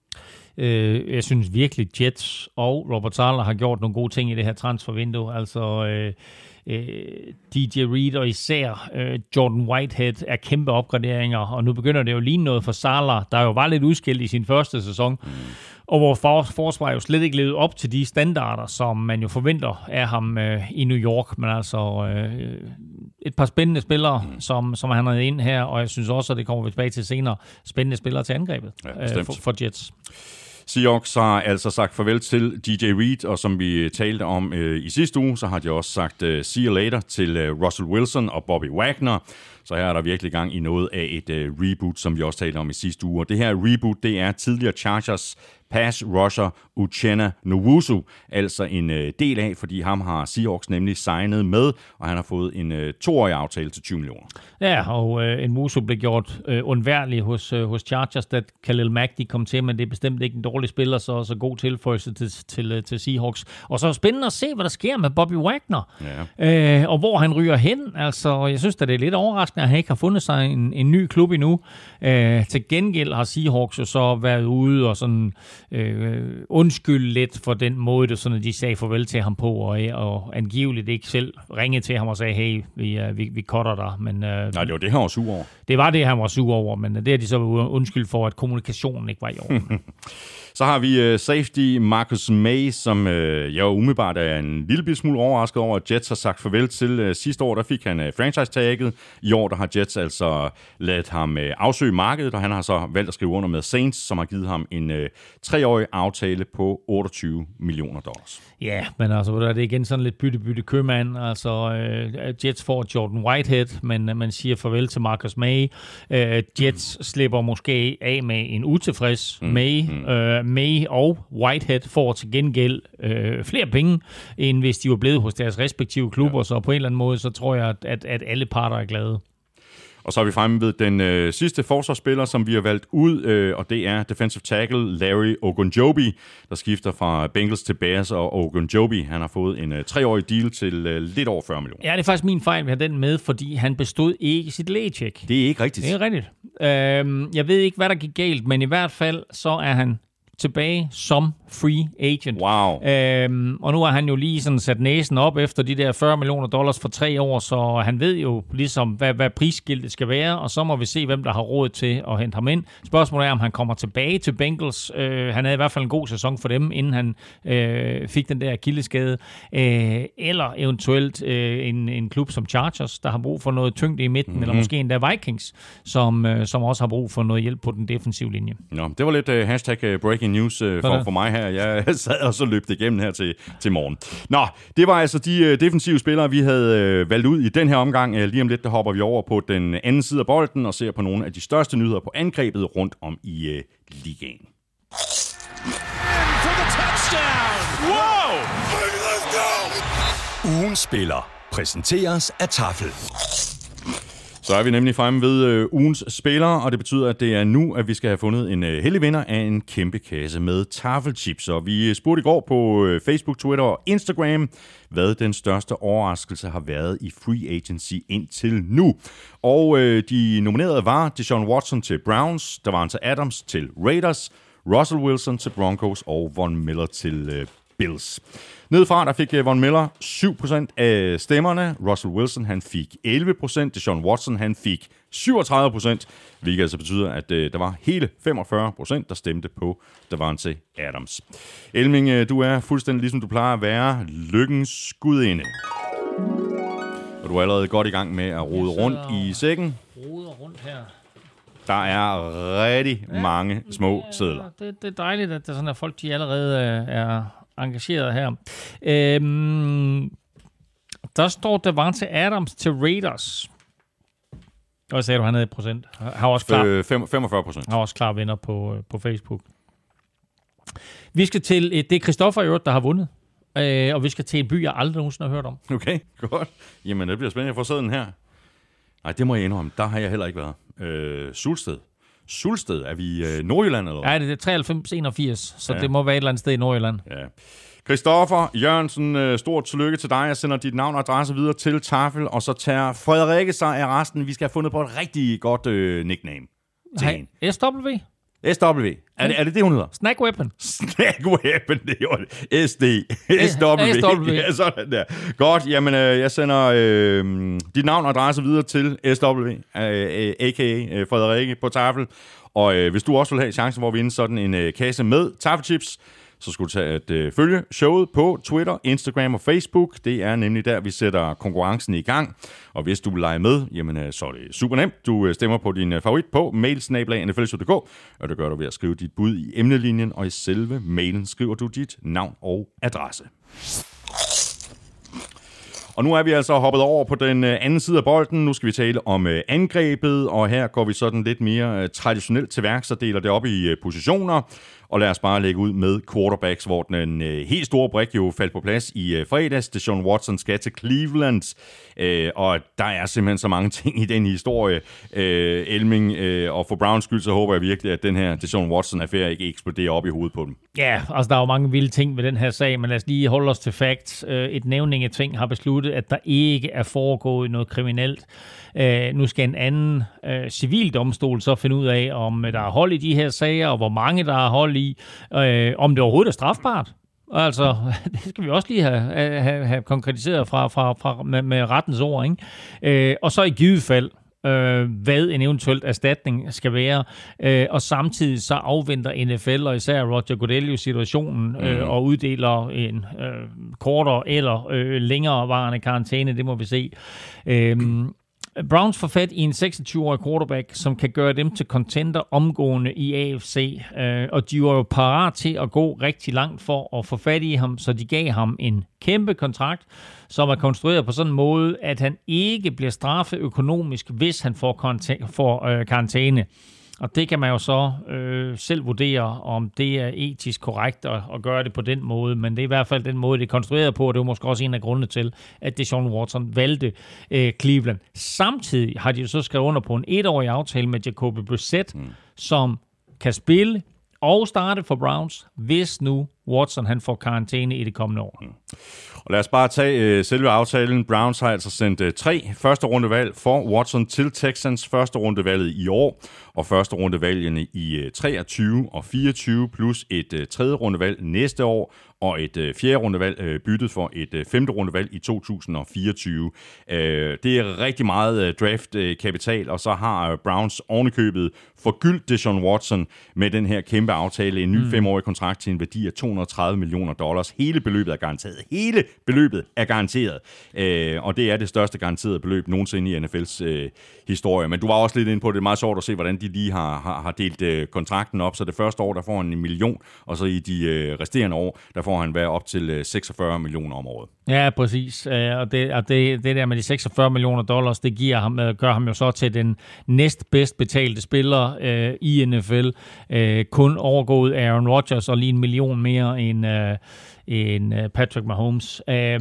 Øh, jeg synes virkelig, Jets og Robert Saleh har gjort nogle gode ting i det her transfervindue. Altså øh, øh, D J Reed og især øh, Jordan Whitehead er kæmpe opgraderinger, og nu begynder det jo lige noget for Saleh, der jo var lidt udskilt i sin første sæson, mm. og hvor for, forsvaret jo slet ikke levede op til de standarder, som man jo forventer af ham øh, i New York. Men altså øh, et par spændende spillere, mm. som, som han har ind her, og jeg synes også, at det kommer vi tilbage til senere, spændende spillere til angrebet ja, øh, for, for Jets. Seahawks har altså sagt farvel til D J Reed, og som vi talte om øh, i sidste uge, så har de også sagt øh, see you later til øh, Russell Wilson og Bobby Wagner. Så her er der virkelig gang i noget af et øh, reboot, som vi også talte om i sidste uge. Og det her reboot, det er tidligere Chargers pass rusher Uchenna Nwosu, altså en øh, del af, fordi ham har Seahawks nemlig signet med, og han har fået en øh, toårig aftale til tyve millioner. Ja, og øh, Nwosu blev gjort øh, undværlig hos, øh, hos Chargers, da Khalil Mack de kom til, men det er bestemt ikke en dårlig spiller, så, så god tilføjelse til, til, til Seahawks. Og så er det spændende at se, hvad der sker med Bobby Wagner, ja. øh, og hvor han ryger hen. Altså, jeg synes, at det er lidt overraskende, at han ikke har fundet sig en, en ny klub endnu. Øh, til gengæld har Seahawks jo så været ude og sådan øh, undskylde lidt for den måde, det, sådan, at de sagde farvel til ham på, og, og angiveligt ikke selv ringede til ham og sagde, hey, vi, vi, vi cutter dig. Men, øh, Nej, det var det, han var sur over. Det var det, han var sur over, men det er de så undskyld for, at kommunikationen ikke var i orden. Så har vi uh, safety Marcus May, som uh, jeg umiddelbart er en lille smule overrasket over, at Jets har sagt farvel til. Uh, sidste år, der fik han uh, franchise-tagget. I år, der har Jets altså ladet ham uh, afsøge markedet, og han har så valgt at skrive under med Saints, som har givet ham en uh, treårig aftale på otteogtyve millioner dollars. Ja, men altså, det er igen sådan lidt bytte-bytte købmand. Altså, uh, Jets får Jordan Whitehead, men uh, man siger farvel til Marcus May. Uh, Jets mm. slipper måske af med en utilfreds mm. May. Mm. Uh, May og Whitehead får til gengæld øh, flere penge, end hvis de var blevet hos deres respektive klubber, ja. Så på en eller anden måde, så tror jeg, at, at alle parter er glade. Og så er vi fremme ved den øh, sidste forsvarsspiller, som vi har valgt ud, øh, og det er defensive tackle Larry Ogunjobi, der skifter fra Bengals til Bears, og Ogunjobi, han har fået en øh, treårig deal til øh, lidt over fyrre millioner. Ja, det er faktisk min fejl, vi har den med, fordi han bestod ikke sit lægecheck. Det er ikke rigtigt. Det er rigtigt. Øh, jeg ved ikke, hvad der gik galt, men i hvert fald så er han tilbage som free agent. Wow. Øhm, og nu har han jo lige sådan sat næsen op efter de der fyrre millioner dollars for tre år, så han ved jo ligesom, hvad, hvad prisskiltet skal være, og så må vi se, hvem der har råd til at hente ham ind. Spørgsmålet er, om han kommer tilbage til Bengals. Øh, han havde i hvert fald en god sæson for dem, inden han øh, fik den der akilleskade. Øh, eller eventuelt øh, en, en klub som Chargers, der har brug for noget tyngde i midten, mm-hmm. eller måske endda Vikings, som, øh, som også har brug for noget hjælp på den defensive linje. Nå, det var lidt uh, hashtag breaking news uh, for, for mig her. Jeg sad og så løb det igennem her til, til morgen. Nå, det var altså de uh, defensive spillere, vi havde uh, valgt ud i den her omgang. Uh, lige om lidt, der hopper vi over på den anden side af bolden og ser på nogle af de største nyheder på angrebet rundt om i uh, ligaen. Wow! Ugens spiller præsenteres af Tafel. Så er vi nemlig fremme ved øh, ugens spillere, og det betyder, at det er nu, at vi skal have fundet en øh, heldig vinder af en kæmpe kasse med tafelchips. Og vi spurgte i går på øh, Facebook, Twitter og Instagram, hvad den største overraskelse har været i free agency indtil nu. Og øh, de nominerede var Deshaun Watson til Browns, Davante Adams til Raiders, Russell Wilson til Broncos og Von Miller til øh, Bills. Nedefra der fik Von Miller syv procent af stemmerne. Russell Wilson han fik elleve procent. Deshaun Watson han fik syvogtredive procent. Hvilket altså betyder, at uh, der var hele femogfyrre procent, der stemte på Davante Adams. Elming, du er fuldstændig ligesom du plejer at være lykkens gudinde. Og du er allerede godt i gang med at rode rundt i sækken. Rode rundt her. Der er rigtig ja, mange små sedler. Det, det er dejligt, at der sådan er folk, de allerede er engageret her. Øhm, der står Davante Adams til Raiders. Hvad sagde du, han havde i procent? Har også klar, øh, femogfyrre procent. Har også klar venner på, på Facebook. Vi skal til, det er Christoffer i øvrigt, der har vundet. Øh, og vi skal til en by, jeg aldrig nogensinde har hørt om. Okay, godt. Jamen, det bliver spændende. Jeg får sæden her. Nej, det må jeg indrømme. Der har jeg heller ikke været. Øh, Sulsted. Sulsted, er vi i øh, Nordjylland, eller hvad? Ja, det er treoghalvfems enogfirs, så ja. det må være et eller andet sted i Nordjylland. Ja. Christoffer Jørgensen, stort tillykke til dig. Jeg sender dit navn og adresse videre til Tafel, og så tager Frederikke sig af resten. Vi skal have fundet på et rigtig godt øh, nickname til Hey, hende. S W? S W. Er det, er det det, hun hedder? Snack Weapon. Snack Weapon, det er jo S D. S W. S W. Ja, sådan der. Godt, jamen øh, jeg sender øh, dit navn og adresse videre til S W, øh, a k a. Frederikke på Tafel. Og øh, hvis du også vil have chancen for at vinde sådan en øh, kasse med Tafelchips, så skulle du tage at øh, følge showet på Twitter, Instagram og Facebook. Det er nemlig der, vi sætter konkurrencen i gang. Og hvis du vil lege med, jamen, øh, så er det super nemt. Du øh, stemmer på din øh, favorit på mail snabel-a n f l punktum d k, og det gør du ved at skrive dit bud i emnelinjen, og i selve mailen skriver du dit navn og adresse. Og nu er vi altså hoppet over på den anden side af bolden. Nu skal vi tale om angrebet, og her går vi sådan lidt mere traditionelt til værks og deler det op i positioner. Og lad os bare lægge ud med quarterbacks, hvor den helt store brik jo faldt på plads i fredags. Deshaun Watson skal til Cleveland, og der er simpelthen så mange ting i den historie. Elming, og for Browns skyld, så håber jeg virkelig, at den her Deshaun Watson-affære ikke eksploderer op i hovedet på dem. Ja, altså der er jo mange vilde ting ved den her sag, men lad os lige holde os til facts. Et nævningeting har besluttet, at der ikke er foregået noget kriminelt. Nu skal en anden civildomstol så finde ud af, om der er hold i de her sager, og hvor mange der er hold i, øh, om det overhovedet er strafbart. Altså, det skal vi også lige have, have, have konkretiseret fra, fra, fra, med, med rettens ord, ikke? Øh, og så i givet fald, øh, hvad en eventuelt erstatning skal være. Øh, og samtidig så afventer N F L og især Roger Goodell jo situationen øh, mm. og uddeler en øh, kortere eller øh, længerevarende karantæne, det må vi se. Øh, Browns får fat i en seksogtyve-årig quarterback, som kan gøre dem til contender omgående i A F C. Øh, og de var jo parat til at gå rigtig langt for at få fat i ham, så de gav ham en kæmpe kontrakt, som er konstrueret på sådan en måde, at han ikke bliver straffet økonomisk, hvis han får, karantæ- får øh, karantæne. Og det kan man jo så øh, selv vurdere, om det er etisk korrekt at, at gøre det på den måde, men det er i hvert fald den måde, det er konstrueret på, og det er måske også en af grundene til, at Deshaun Watson valgte øh, Cleveland. Samtidig har de jo så skrevet under på en etårig aftale med Jacoby Brissett, mm. som kan spille og starte for Browns, hvis nu Watson han får karantæne i det kommende år. Mm. Og lad os bare tage øh, selve aftalen. Browns har altså sendt øh, tre første rundevalg for Watson til Texans. Første rundevalget i år, og første rundevalgene i øh, treogtyve og fireogtyve, plus et øh, tredje rundevalg næste år, og et øh, fjerde rundevalg øh, byttet for et øh, femte rundevalg i to tusind og fireogtyve. Øh, det er rigtig meget øh, draft-kapital, øh, og så har øh, Browns ovenikøbet forgyldt Deshaun Watson med den her kæmpe aftale. En ny mm. femårig kontrakt til en værdi af to hundrede og tredive millioner dollars. Hele beløbet er garanteret. Hele beløbet er garanteret. Øh, og det er det største garanterede beløb nogensinde i N F L's øh, historie. Men du var også lidt inde på, det er meget sjovt at se, hvordan de lige har, har, har delt øh, kontrakten op. Så det første år, der får han en million, og så i de øh, resterende år, der får han været op til øh, seksogfyrre millioner om året. Ja, præcis. Og det, og det, det der med de seksogfyrre millioner dollars, det giver ham, gør ham jo så til den næstbedst betalte spiller øh, i N F L. Øh, kun overgået Aaron Rodgers og lige en million mere end, øh, end Patrick Mahomes. Øh,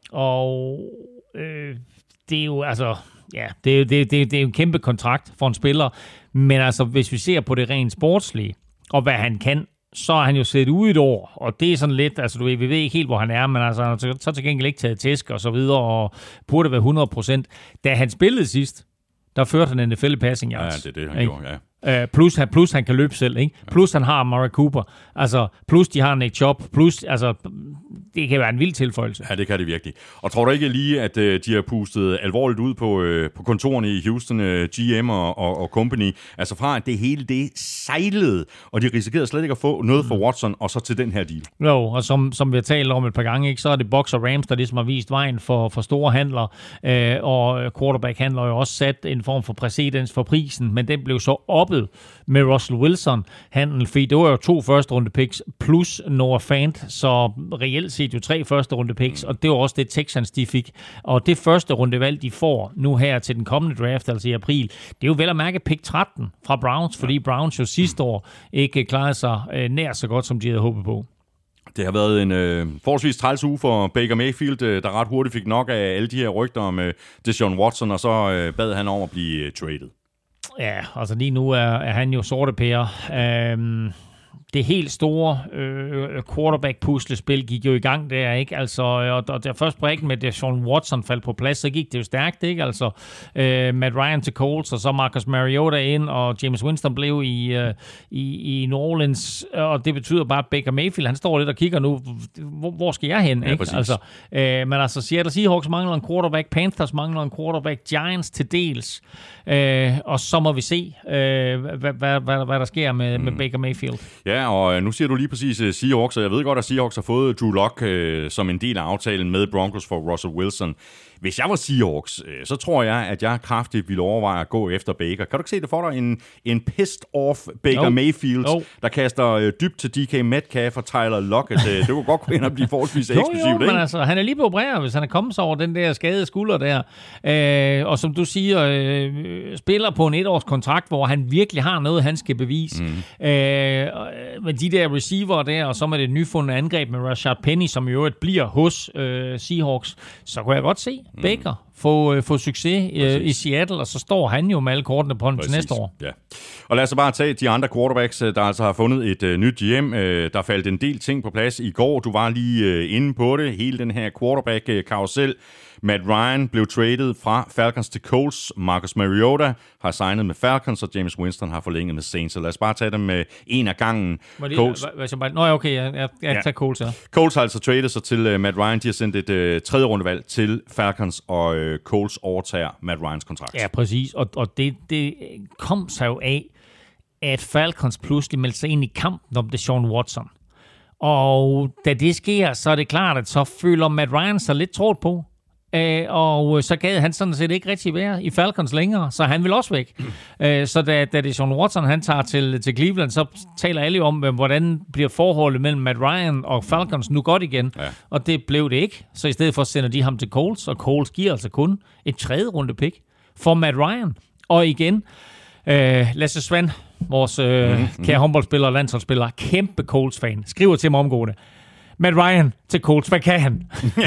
og øh, det er jo altså... Ja, det, det, det, det er en kæmpe kontrakt for en spiller. Men altså, hvis vi ser på det rent sportslige, og hvad han kan, så er han jo set ud et år, og det er sådan lidt, altså du ved, vi ved ikke helt, hvor han er, men altså, så, så til gengæld ikke taget tæsk og så videre, og burde være hundrede procent. Da han spillede sidst, der førte han N F L passing yards. Ja, det er det, han ikke? gjorde, ja. Uh, plus, plus han kan løbe selv, ikke? Plus han har Amari Cooper, altså plus de har Nate Chubb, plus altså det kan være en vild tilføjelse. Ja, det kan det virkelig. Og tror du ikke lige, at uh, de har pustet alvorligt ud på, uh, på kontorerne i Houston, uh, G M og, og, og company, altså fra at det hele det sejlede, og de risikerede slet ikke at få noget for Watson, og så til den her deal. Jo, og som, som vi har talt om et par gange, ikke, så er det Bucs og Rams, der ligesom har vist vejen for, for store handler, uh, og quarterback-handler jo også sat en form for præcedens for prisen, men den blev så op stoppet med Russell Wilson. Han, det var jo to første runde picks plus Noah Fant, så reelt set jo tre første runde picks, og det var også det Texans de fik. Og det første rundevalg, de får nu her til den kommende draft, altså i april, det er jo vel at mærke pick tretten fra Browns, fordi Browns jo sidste år ikke klarede sig øh, nær så godt, som de havde håbet på. Det har været en øh, forholdsvis træls uge for Baker Mayfield, øh, der ret hurtigt fik nok af alle de her rygter om øh, Deshaun Watson, og så øh, bad han om at blive øh, traded. Ja, altså lige nu er, er han jo sorte pære. Øhm, det helt store øh, quarterback-puslespil gik jo i gang der, ikke? Altså, og, og der først brækken med Deshaun Watson faldt på plads, så gik det jo stærkt, ikke? Altså, øh, Matt Ryan til Colts, og så Marcus Mariota ind, og James Winston blev i, øh, i, i New Orleans, og det betyder bare, at Baker Mayfield, han står lidt og kigger nu, hvor, hvor skal jeg hen, ikke? Ja, altså, øh, men altså, Seattle Seahawks mangler en quarterback, Panthers mangler en quarterback, Giants til dels, øh, og så må vi se, øh, hvad, hvad, hvad, hvad der sker med, mm. med Baker Mayfield. Ja, og nu siger du lige præcis Seahawks, og jeg ved godt, at Seahawks har fået Drew Lock øh, som en del af aftalen med Broncos for Russell Wilson. Hvis jeg var Seahawks, øh, så tror jeg, at jeg kraftigt ville overveje at gå efter Baker. Kan du ikke se det for dig? En, en pissed off Baker oh. Mayfield, oh. der kaster øh, dybt til D K Metcalf og Tyler Lockett. Det kunne godt gå ind og blive forholdsvis eksklusivt, jo, ikke? Men altså, han er lige på opereret, hvis han er kommet sig over den der skadede skulder der. Øh, og som du siger, øh, spiller på en etårs kontrakt, hvor han virkelig har noget, han skal bevise. Mm. Øh, med de der receiver der, og så med det nyfundne angreb med Rashad Penny, som i øvrigt bliver hos øh, Seahawks, så kunne jeg godt se Baker få, øh, få succes øh, i Seattle, og så står han jo med alle kortene på ham til næste år. Ja. Og lad os bare tage de andre quarterbacks, der altså har fundet et øh, nyt G M. Øh, der faldt en del ting på plads i går. Du var lige øh, inde på det. Hele den her quarterback-karusel. Matt Ryan blev traded fra Falcons til Colts. Marcus Mariota har signet med Falcons, og James Winston har forlænget med Saints. Så lad os bare tage dem med en af gangen. Det, Colts. Bare, nå, okay, jeg, jeg, jeg tager Colts, ja. Colts har altså traded sig til uh, Matt Ryan. De har sendt et uh, tredje rundevalg til Falcons, og uh, Colts overtager Matt Ryans kontrakt. Ja, præcis. Og, og det, det kom sig jo af, at Falcons pludselig meldte sig ind i kampen om Deshaun Watson. Og da det sker, så er det klart, at så føler Matt Ryan sig lidt trådt på. Øh, og så gad han sådan set ikke rigtig være i Falcons længere, så han vil også væk. Mm. Øh, så da, da Deshaun Watson han tager til, til Cleveland, så taler alle om, hvordan bliver forholdet mellem Matt Ryan og Falcons nu godt igen. Ja. Og det blev det ikke. Så i stedet for sender de ham til Colts, og Colts giver altså kun et tredje runde pick for Matt Ryan. Og igen, øh, Lasse Svand, vores øh, mm-hmm. kære håndboldspiller og landsholdsspiller, kæmpe Colts-fan, skriver til mig omgående: Matt Ryan til Colts, hvad kan han?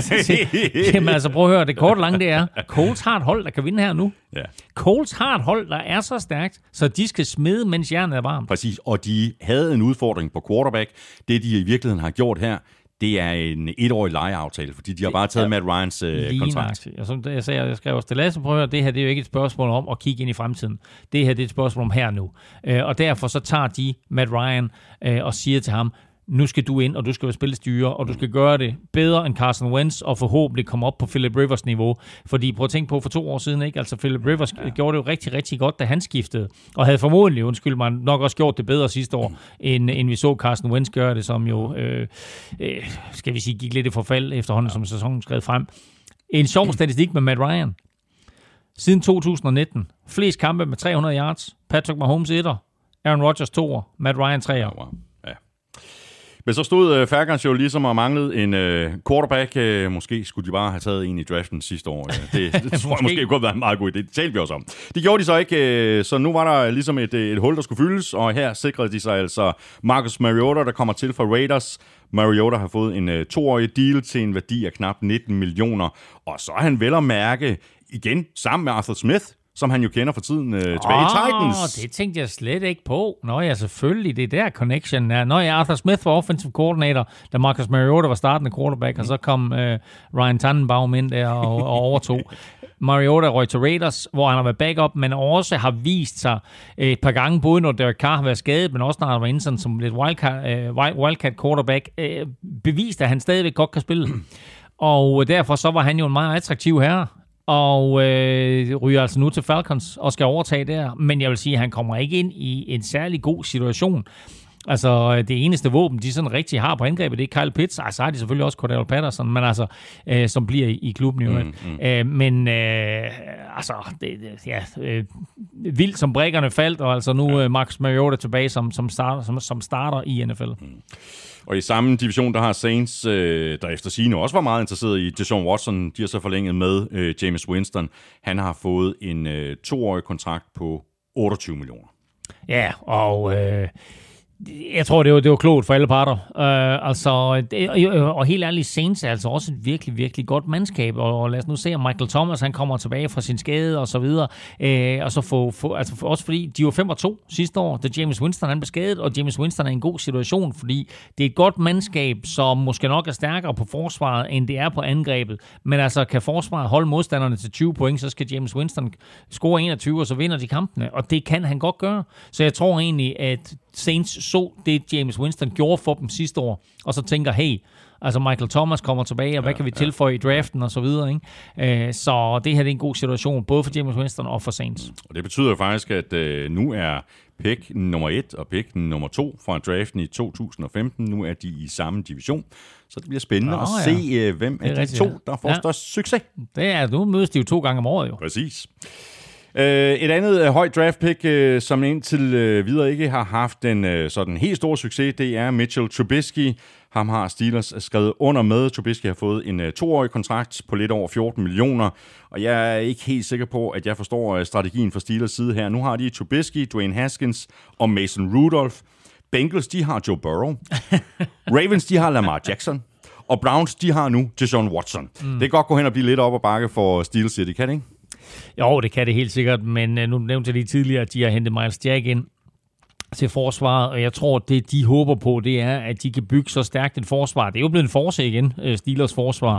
Jamen altså, prøv at høre, det korte lange det er, Colts har et hold, der kan vinde her nu. Ja. Colts har et hold, der er så stærkt, så de skal smide, mens jernet er varmt. Præcis, og de havde en udfordring på quarterback. Det, de i virkeligheden har gjort her, det er en etårig lejeaftale, fordi de har bare taget Matt Ryans øh, kontrakt. Og som jeg sagde, jeg skrev også til Lasse, prøv at høre, det her det er jo ikke et spørgsmål om at kigge ind i fremtiden. Det her det er et spørgsmål om her nu. Øh, og derfor så tager de Matt Ryan øh, og siger til ham: nu skal du ind, og du skal være spillestyre, og du skal gøre det bedre end Carson Wentz, og forhåbentlig komme op på Philip Rivers niveau. Fordi prøv at tænke på for to år siden, ikke? Altså Philip Rivers ja. gjorde det jo rigtig, rigtig godt, da han skiftede, og havde formodentlig, undskyld mig, nok også gjort det bedre sidste år, end, end vi så Carson Wentz gøre det, som jo, øh, øh, skal vi sige, gik lidt i forfald efterhånden, ja. som sæsonen skred frem. En sjov statistik med Matt Ryan. Siden to tusind nitten, flest kampe med tre hundrede yards, Patrick Mahomes etter, Aaron Rodgers toer, Matt Ryan treer. Wow. Men så stod uh, Falcons jo ligesom og manglede en uh, quarterback. Uh, måske skulle de bare have taget en i draften sidste år. Uh, det, det tror jeg måske kunne være en meget god idé. Det talte vi også om. Det gjorde de så ikke, uh, så nu var der ligesom et, et hul, der skulle fyldes, og her sikrede de sig altså Marcus Mariota, der kommer til fra Raiders. Mariota har fået en uh, toårig deal til en værdi af knap nitten millioner, og så er han vel at mærke igen sammen med Arthur Smith, som han jo kender for tiden øh, tilbage oh, i Titans. Det tænkte jeg slet ikke på. Nå ja, selvfølgelig, det er der connection er. Nå ja, Arthur Smith var offensive coordinator, da Marcus Mariota var startende quarterback, mm. og så kom øh, Ryan Tannenbaum ind der og, og overtog. Mariota røg til Raiders, hvor han har været backup, men også har vist sig et par gange, både når Derek Carr har været skadet, men også når han var inde sådan, som lidt wildcat, øh, wildcat quarterback, øh, bevist, at han stadigvæk godt kan spille. Og derfor så var han jo en meget attraktiv herre, og øh, ryger altså nu til Falcons og skal overtage der. Men jeg vil sige, at han kommer ikke ind i en særlig god situation. Altså, det eneste våben, de sådan rigtig har på angrebet, det er Kyle Pitts. Altså, så har de selvfølgelig også Cordell Patterson, men altså, øh, som bliver i, i klubben i øvrigt. Mm, mm. øh, men, øh, altså, det, ja, øh, vildt som brækkerne faldt, og altså nu ja. Marcus Mariota tilbage som, som, starter, som, som starter i N F L. Mm. Og i samme division, der har Saints, øh, der efter sigende også var meget interesseret i Deshaun Watson, de har så forlænget med øh, Jameis Winston. Han har fået en øh, toårig kontrakt på otteogtyve millioner. Ja, og øh, jeg tror, det var, det var klogt for alle parter. Uh, altså, det, og, og helt ærligt, Saints er altså også et virkelig, virkelig godt mandskab. Og, og lad os nu se, om Michael Thomas han kommer tilbage fra sin skade og så videre. Uh, og så få, få, altså for, også fordi de var fem og to sidste år, da Jameis Winston han blev skadet, og Jameis Winston er i en god situation, fordi det er et godt mandskab, som måske nok er stærkere på forsvaret, end det er på angrebet. Men altså, kan forsvaret holde modstanderne til tyve point, så skal Jameis Winston score enogtyve, og så vinder de kampene. Og det kan han godt gøre. Så jeg tror egentlig, at Saints så det, Jameis Winston gjorde for dem sidste år, og så tænker, hey, altså Michael Thomas kommer tilbage, og hvad ja, kan vi tilføje ja. i draften, og så videre, ikke? Så det her det er en god situation, både for Jameis Winston og for Saints. Og det betyder faktisk, at øh, nu er pick nummer et og pick nummer to fra draften i to tusind og femten, nu er de i samme division, så det bliver spændende oh, at ja. se, øh, hvem af de rigtigt, to, der får ja. størst succes. Det er, nu mødes de jo to gange om året, jo. Præcis. Uh, et andet uh, højt draft pick, uh, som indtil uh, videre ikke har haft en uh, sådan helt stor succes, det er Mitchell Trubisky. Ham har Steelers skrevet under med. Trubisky har fået en uh, toårig kontrakt på lidt over fjorten millioner, og jeg er ikke helt sikker på, at jeg forstår uh, strategien fra Steelers side her. Nu har de Trubisky, Dwayne Haskins og Mason Rudolph. Bengals, de har Joe Burrow. Ravens, de har Lamar Jackson. Og Browns, de har nu Deshaun Watson. Mm. Det kan godt gå hen og blive lidt op ad bakke for Steelers City, kan det ikke? Jo, det kan det helt sikkert, men nu nævnte jeg lige tidligere, at de har hentet Miles Jack ind til forsvaret, og jeg tror, det de håber på, det er, at de kan bygge så stærkt et forsvar. Det er jo blevet en force igen, Steelers forsvar,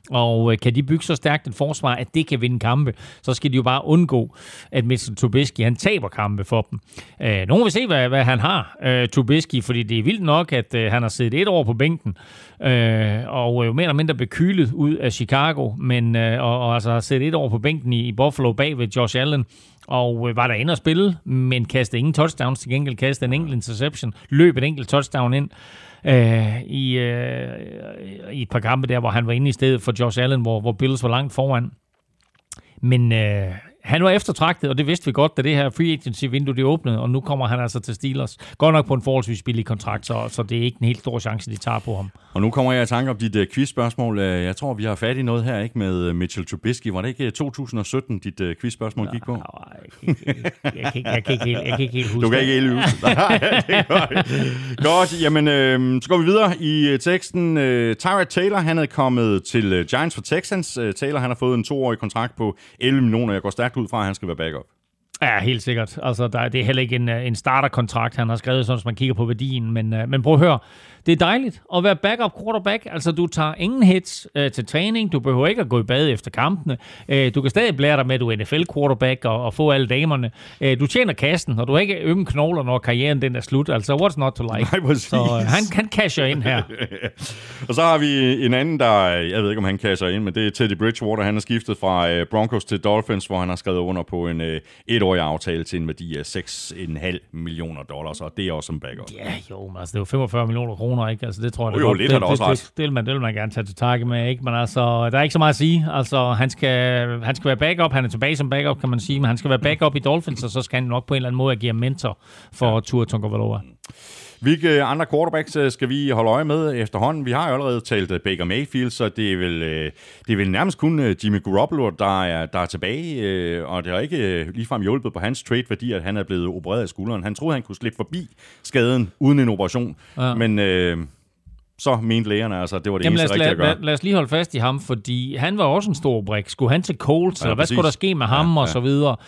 og kan de bygge så stærkt et forsvar, at det kan vinde kampe, så skal de jo bare undgå, at Mitchell Trubisky, han taber kampe for dem. Nogen vil se, hvad, hvad han har, Trubisky, fordi det er vildt nok, at han har siddet et år på bænken, og jo mere eller mindre bekylet ud af Chicago, men og, og altså har siddet et år på bænken i, i Buffalo bag ved Josh Allen, og var der inde at spille, men kastede ingen touchdowns, til gengæld kastede en enkelt interception, løb et enkelt touchdown ind øh, i, øh, i et par kampe der, hvor han var inde i stedet for Josh Allen, hvor, hvor Bills var langt foran. Men øh, han var eftertragtet, og det vidste vi godt, da det her free agency-vindue det åbnede, og nu kommer han altså til Steelers. Godt nok på en forholdsvis billig kontrakt, så, så det er ikke en helt stor chance, de tager på ham. Og nu kommer jeg i tanke om dit uh, quiz-spørgsmål. Jeg tror, vi har fat i noget her, ikke, med Mitchell Trubisky. Var det ikke to tusind og sytten, dit uh, quiz-spørgsmål gik på? Nej, jeg kan ikke helt huske det. Du kan ikke helt huske det. Godt, jamen, øh, så går vi videre i uh, teksten. Uh, Tyrod Taylor, han er kommet til uh, Giants for Texans. Uh, Taylor, han har fået en toårig kontrakt på elleve millioner. Jeg går stærkt ud fra, at han skal være backup. Ja, helt sikkert. Altså, der, det er heller ikke en, en starterkontrakt, han har skrevet, sådan, så man kigger på værdien. Men, uh, men prøv at høre, det er dejligt at være backup quarterback. Altså, du tager ingen hits uh, til træning. Du behøver ikke at gå i bad efter kampene. Uh, du kan stadig blære dig med, at du er N F L quarterback og, og få alle damerne. Uh, du tjener kassen, og du har ikke ømme knogler, når karrieren den er slut. Altså, what's not to like? Nej, så uh, han, han casher ind her. Og så har vi en anden, der, jeg ved ikke, om han casher ind, men det er Teddy Bridgewater. Han er skiftet fra uh, Broncos til Dolphins, hvor han har skrevet under på en uh, etårig aftale til en værdi af seks komma fem millioner dollars, og det er også en backup. Ja, jo, men altså, det er jo femogfyrre millioner kroner, ikke? Altså, det tror jeg, det, jo, jo, lidt det, det, også det, det, det, vil man, det vil man gerne tage til takke med, ikke? Men altså, der er ikke så meget at sige. Altså, han skal, han skal være backup, han er tilbage som backup, kan man sige, men han skal være backup i Dolphins, og så skal han nok på en eller anden måde agere mentor for ja. Tua Tagovailoa. Hvilke andre quarterbacks skal vi holde øje med efterhånden? Vi har jo allerede talt Baker Mayfield, så det er vel, det er vel nærmest kun Jimmy Garoppolo, der er, der er tilbage, og det har ikke ligefrem hjulpet på hans trade-værdi, at han er blevet opereret af skulderen. Han troede, han kunne slippe forbi skaden uden en operation, ja. men... Øh, så mente lægerne altså, at det var det Jamen, eneste rigtige at gøre. Lad, lad os lige holde fast i ham, fordi han var også en stor brik. Skulle han til Colts, ja, eller hvad præcis. Skulle der ske med ham, ja, og ja. så videre?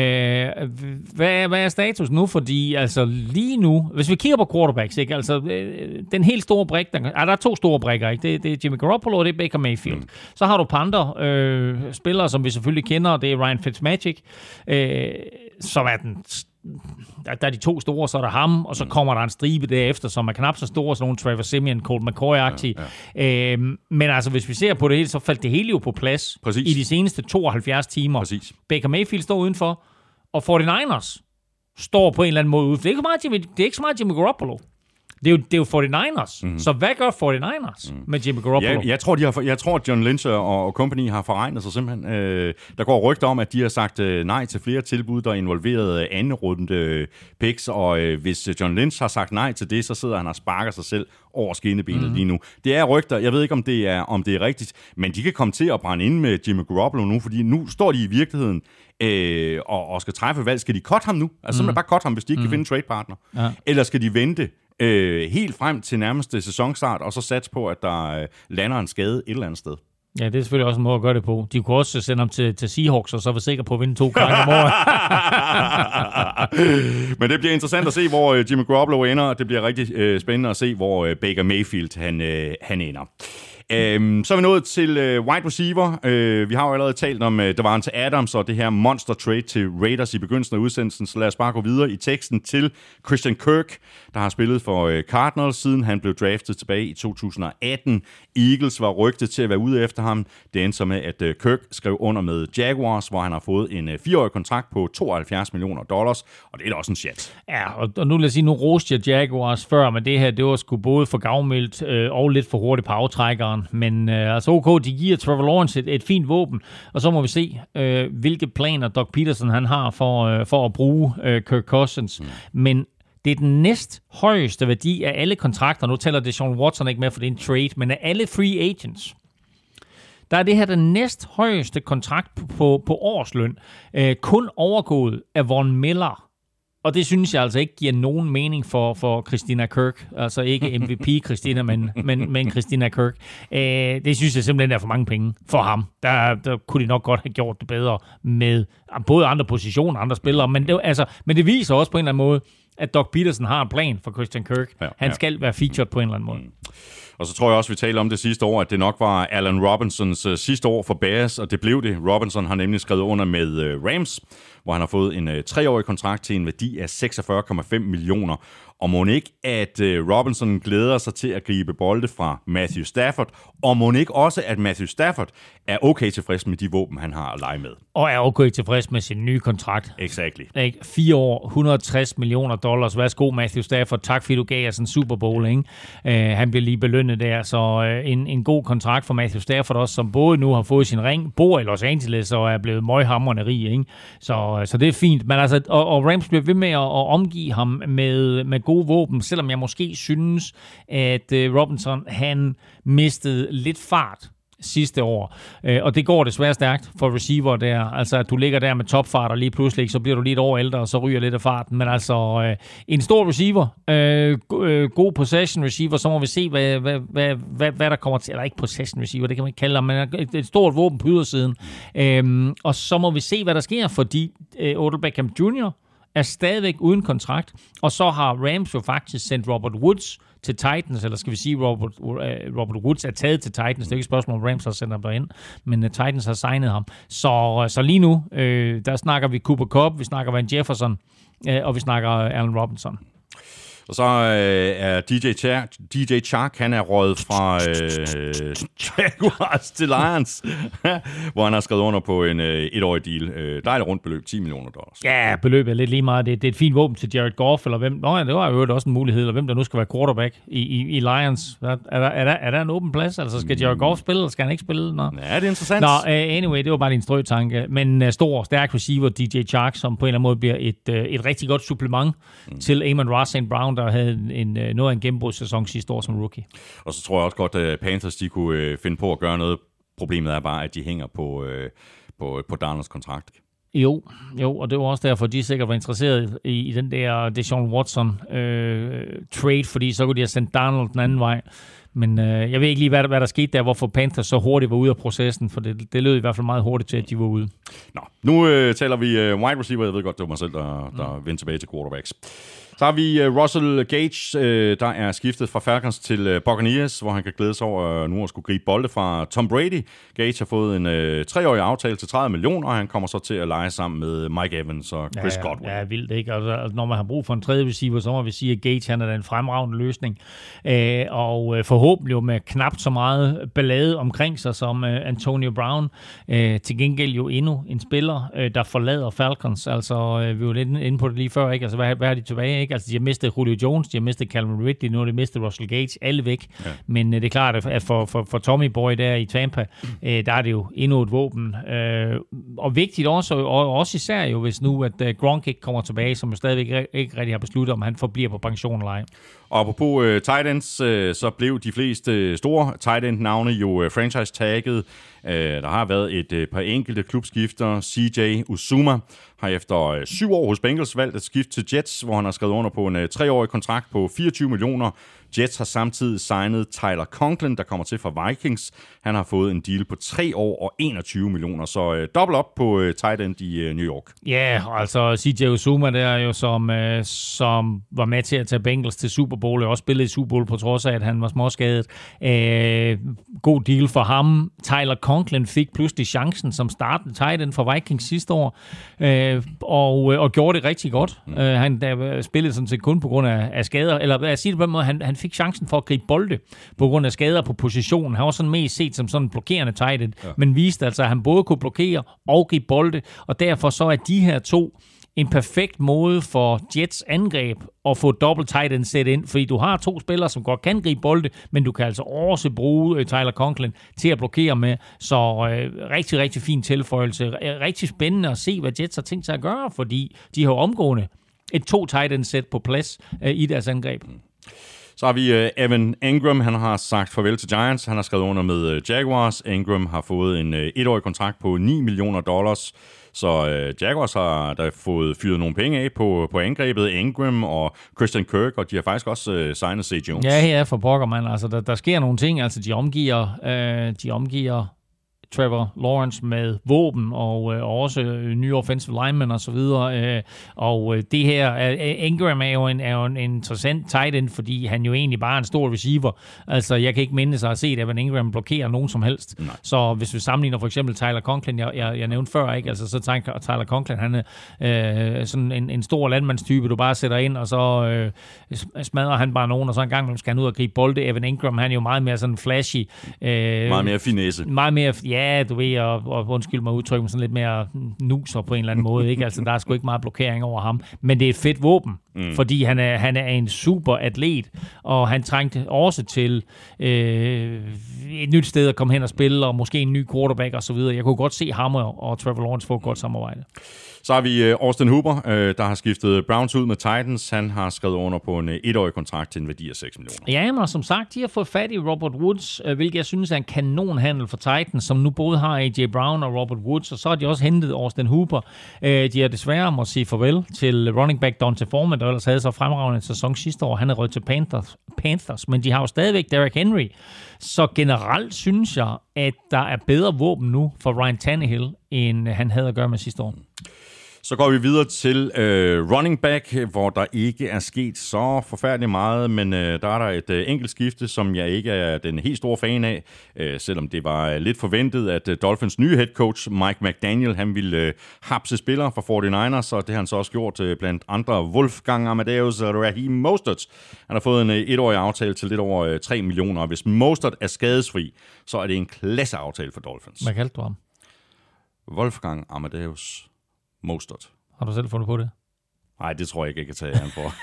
Øh, hvad, hvad er status nu? Fordi altså lige nu, hvis vi kigger på quarterbacks, ikke? Altså, den helt store brik, der, ah, der er to store brikker, ikke? Det, det er Jimmy Garoppolo, og det er Baker Mayfield. Mm. Så har du andre øh, spillere, som vi selvfølgelig kender, det er Ryan Fitzmagic, øh, som er den... Der er de to store, så er der ham, og så kommer der en stribe derefter, som er knap så store, sådan nogle Trevor Siemian, Colt McCoy-agtige. Ja, ja. øhm, men altså, hvis vi ser på det hele, så faldt det hele jo på plads Præcis. i de seneste tooghalvfjerds timer. Præcis. Baker Mayfield står udenfor, og forty-niners står på en eller anden måde ude. Det er ikke så meget Jimmy, det er ikke så meget Jimmy Garoppolo. Det er jo, det er jo forty-niners. Mm. Så hvad gør forty-niners mm. med Jimmy Garoppolo? Ja, jeg, tror, de har, jeg tror, at John Lynch og, og company har forregnet sig simpelthen. Øh, der går rygter om, at de har sagt øh, nej til flere tilbud, der involverede anden runde øh, picks, og øh, hvis John Lynch har sagt nej til det, så sidder han og sparker sig selv over skinnebenet mm. lige nu. Det er rygter. Jeg ved ikke, om det er, om det er rigtigt, men de kan komme til at brænde ind med Jimmy Garoppolo nu, fordi nu står de i virkeligheden øh, og, og skal træffe valg. Skal de cut ham nu? Altså mm. simpelthen bare cut ham, hvis de ikke mm. kan finde en trade-partner? Ja. Eller skal de vente øh, helt frem til nærmeste sæsonstart, og så satse på, at der øh, lander en skade et eller andet sted? Ja, det er selvfølgelig også en måde at gøre det på. De kunne også sende ham til, til Seahawks, og så var sikre på at vinde to kampe om året. Men det bliver interessant at se, hvor øh, Jimmy Garoppolo ender, og det bliver rigtig øh, spændende at se, hvor øh, Baker Mayfield han, øh, han ender. Øhm, så er vi nået til øh, wide receiver. Øh, vi har jo allerede talt om øh, Davante Adams og det her monster trade til Raiders i begyndelsen af udsendelsen, så lad os bare gå videre i teksten til Christian Kirk, der har spillet for øh, Cardinals, siden han blev draftet tilbage i to tusind og atten. Eagles var rygtet til at være ude efter ham. Det endte så med, at øh, Kirk skrev under med Jaguars, hvor han har fået en øh, fireårig kontrakt på tooghalvfjerds millioner dollars, og det er da også en chat. Ja, og, og nu lad os sige, nu roste jeg Jaguars før, men det her, det var sgu både for gavmildt øh, og lidt for hurtigt på aftrækkeren. Men øh, altså OK, de giver Trevor Lawrence et, et fint våben, og så må vi se, øh, hvilke planer Doug Peterson han har for, øh, for at bruge øh, Kirk Cousins. Mm. Men det er den næst højeste værdi af alle kontrakter. Nu tæller Deshaun Watson ikke med, for det er en trade, men af alle free agents, der er det her den næst højeste kontrakt på, på, på årsløn, øh, kun overgået af Von Miller. Og det synes jeg altså ikke giver nogen mening for, for Christina Kirk. Altså ikke M V P Christina, men, men, men Christina Kirk. Øh, det synes jeg simpelthen er for mange penge for ham. Der, der kunne de nok godt have gjort det bedre med både andre positioner og andre spillere. Men det, altså, men det viser også på en eller anden måde, at Doug Peterson har en plan for Christian Kirk. Ja, Han ja. skal være featured på en eller anden måde. Mm. Og så tror jeg også, vi talte om det sidste år, at det nok var Allen Robinsons uh, sidste år for Bears, og det blev det. Robinson har nemlig skrevet under med uh, Rams, hvor han har fået en uh, treårig kontrakt til en værdi af seksogfyrre komma fem millioner. Og må ikke, at uh, Robinson glæder sig til at gribe bolde fra Matthew Stafford, og må ikke også, at Matthew Stafford er okay tilfreds med de våben, han har at lege med. Og er okay tilfreds med sin nye kontrakt. Exactly. Ikke? Fire år, et hundrede og tres millioner dollars. Værsgo, Matthew Stafford. Tak, fordi du gav os en Super Bowl. Ikke? Uh, han bliver lige belønnet der, så uh, en, en god kontrakt for Matthew Stafford også, som både nu har fået sin ring, bor i Los Angeles og er blevet møghamrende rig. Ikke? Så, uh, så det er fint. Men altså, og, og Rams bliver ved med at, at omgive ham med, med gode våben, selvom jeg måske synes, at uh, Robinson, han mistede lidt fart sidste år. Øh, og det går desværre stærkt for receiver der. Altså, at du ligger der med topfart, og lige pludselig, så bliver du lige et år ældre, og så ryger lidt af farten. Men altså, øh, en stor receiver, øh, øh, god possession receiver, så må vi se, hvad, hvad, hvad, hvad, hvad der kommer til. Eller ikke possession receiver, det kan man ikke kalde ham, men et, et stort våben på ydersiden. Øh, og så må vi se, hvad der sker, fordi øh, Odell Beckham junior er stadigvæk uden kontrakt, og så har Rams jo faktisk sendt Robert Woods til Titans, eller skal vi sige, Robert, uh, Robert Woods er taget til Titans. Det er ikke et spørgsmål, om Rams har sendt ham derind, men uh, Titans har signet ham. Så, så lige nu, øh, der snakker vi Cooper Kupp, vi snakker Van Jefferson, øh, og vi snakker Allen Robinson. Og så øh, er D J Chark, D J Chark, han er røget fra øh, Jaguars til Lions, hvor han har skrevet under på en øh, etårig deal. Øh, dejligt rundt beløb, ti millioner dollars. Ja, beløbet er lidt lige meget. Det, det er et fint våben til Jared Goff, eller hvem. Nå ja, det var jo også en mulighed, eller hvem der nu skal være quarterback i, i, i Lions. Er der, er, der, er der en åben plads? Altså, skal Jared Goff spille, eller skal han ikke spille? Nå. Ja, det er interessant. Nå, uh, anyway, det var bare din strøtanke. Men uh, stor, stærk receiver, D J Chark, som på en eller anden måde bliver et, uh, et rigtig godt supplement mm. til Amon-Ra Saint Brown, der havde en, en, noget af en gennembrudssæson sidste år som rookie. Og så tror jeg også godt, at Panthers de kunne finde på at gøre noget. Problemet er bare, at de hænger på, på, på Darnolds kontrakt. Jo, jo, og det var også derfor, de sikkert var interesseret i, i den der Deshaun Watson øh, trade, fordi så kunne de have sendt Darnold den anden vej. Men øh, jeg ved ikke lige, hvad der, hvad der skete der, hvorfor Panthers så hurtigt var ude af processen, for det, det lød i hvert fald meget hurtigt til, at de var ude. Nå, nu øh, taler vi øh, wide receiver. Jeg ved godt, det var mig selv, der, der mm. vendte tilbage til quarterbacks. Så har vi uh, Russell Gage, uh, der er skiftet fra Falcons til uh, Buccaneers, hvor han kan glæde sig over uh, nu at skulle gribe bolde fra Tom Brady. Gage har fået en uh, treårig aftale til tredive millioner, og han kommer så til at lege sammen med Mike Evans og Chris ja, ja, Godwin. Ja, vildt ikke. Altså, når man har brug for en tredje receiver, så må vi sige, at Gage han er en fremragende løsning. Uh, og uh, forhåbentlig jo med knap så meget ballade omkring sig som uh, Antonio Brown. Uh, til gengæld jo endnu en spiller, uh, der forlader Falcons. Altså, uh, vi var lidt inde på det lige før, ikke? Altså, hvad, hvad er de tilbage? ikke? Altså, de har mistet Julio Jones, de har mistet Calvin Ridley, nu har de mistet Russell Gage, alle væk. Ja. Men øh, det er klart, at for, for, for Tommy Boy der i Tampa, øh, der er det jo endnu et våben. Øh, og vigtigt også, og også især jo, hvis nu, at øh, Gronk ikke kommer tilbage, som jo stadigvæk ikke rigtig har besluttet, om han forbliver på pension eller ej. Og apropos uh, tight ends, uh, så blev de fleste store tight end-navne jo uh, franchise-tagget. Uh, der har været et uh, par enkelte klubskifter. C J Uzomah har efter uh, syv år hos Bengals valgt at skifte til Jets, hvor han har skrevet under på en uh, treårig kontrakt på fireogtyve millioner. Jets har samtidig signet Tyler Conklin, der kommer til fra Vikings. Han har fået en deal på tre år og enogtyve millioner, så uh, dobbelt op på uh, tight end i uh, New York. Ja, yeah, altså C J Uzomah der jo, som, uh, som var med til at tage Bengals til Super Bowl, og også spillede i Super Bowl på trods af, at han var småskadet. Uh, god deal for ham. Tyler Conklin fik pludselig chancen som startende tight end for Vikings sidste år, uh, og, og gjorde det rigtig godt. Mm. Uh, han der spillede sådan set kun på grund af, af skader, eller jeg siger det på den måde, han, han fik chancen for at gribe bolde på grund af skader på positionen. Han var sådan mest set som sådan en blokerende tight end, ja. Men viste altså, at han både kunne blokere og gribe bolde, og derfor så er de her to en perfekt måde for Jets angreb at få dobbelt tight end sæt ind, fordi du har to spillere, som godt kan gribe bolde, men du kan altså også bruge uh, Tyler Conklin til at blokere med, så uh, rigtig, rigtig fin tilføjelse. Rigtig spændende at se, hvad Jets har tænkt sig at gøre, fordi de har omgående et to tight end sæt på plads uh, i deres angreb. Så har vi uh, Evan Engram, han har sagt farvel til Giants, han har skrevet under med uh, Jaguars. Engram har fået en uh, etårig kontrakt på ni millioner dollars, så uh, Jaguars har der fået fyret nogle penge af på, på angrebet. Engram og Christian Kirk, og de har faktisk også uh, signet Zay Jones. Ja, her for pokker, man. Altså, der, der sker nogle ting, altså de omgiver, øh, de omgiver Trevor Lawrence med våben og øh, også nye offensive linemen og så videre. Øh, og øh, det her, øh, Engram er jo, en, er jo en interessant tight end, fordi han jo egentlig bare er en stor receiver. Altså, jeg kan ikke minde sig at se, at Evan Engram blokerer nogen som helst. Nej. Så hvis vi sammenligner for eksempel Tyler Conklin, jeg, jeg, jeg nævnte før, ikke? Altså, så tænker Tyler Conklin, han er øh, sådan en, en stor landmandstype, du bare sætter ind, og så øh, smadrer han bare nogen, og så en gang skal han ud og gribe bolde. Evan Engram, han er jo meget mere sådan flashy. Øh, meget mere finesse. Meget mere, ja, Ja, du ved, og, og undskyld mig udtrykke mig sådan lidt mere nuser på en eller anden måde, ikke? Altså, der er sgu ikke meget blokering over ham, men det er et fedt våben, mm. fordi han er, han er en super atlet, og han trængte også til øh, et nyt sted at komme hen og spille, og måske en ny quarterback og så videre. Jeg kunne godt se ham og Trevor Lawrence få et godt samarbejde. Så har vi Austin Hooper, der har skiftet Browns ud med Titans. Han har skrevet under på en etårig kontrakt til en værdi af seks millioner. Ja, men som sagt, de har fået fat i Robert Woods, hvilket jeg synes er en kanonhandel for Titans, som nu både har A J Brown og Robert Woods, og så har de også hentet Austin Hooper. De har desværre måtte sige farvel til running back Dante Foreman, der ellers havde så fremragende en sæson sidste år. Han er rødt til Panthers, Panthers, men de har jo stadigvæk Derrick Henry. Så generelt synes jeg, at der er bedre våben nu for Ryan Tannehill, end han havde at gøre med sidste år. Så går vi videre til øh, running back, hvor der ikke er sket så forfærdeligt meget, men øh, der er der et øh, enkelt skifte, som jeg ikke er den helt store fan af, øh, selvom det var lidt forventet, at øh, Dolphins nye head coach, Mike McDaniel, han ville øh, hapse spillere fra forty-niners, og det har han så også gjort øh, blandt andre Wolfgang Amadeus og Raheem Mostert. Han har fået en øh, etårig aftale til lidt over øh, tre millioner, og hvis Mostert er skadesfri, så er det en klasse aftale for Dolphins. Hvad kaldte du ham? Wolfgang Amadeus Mostert. Har du selv fundet på det? Nej, det tror jeg ikke, jeg kan tage an for.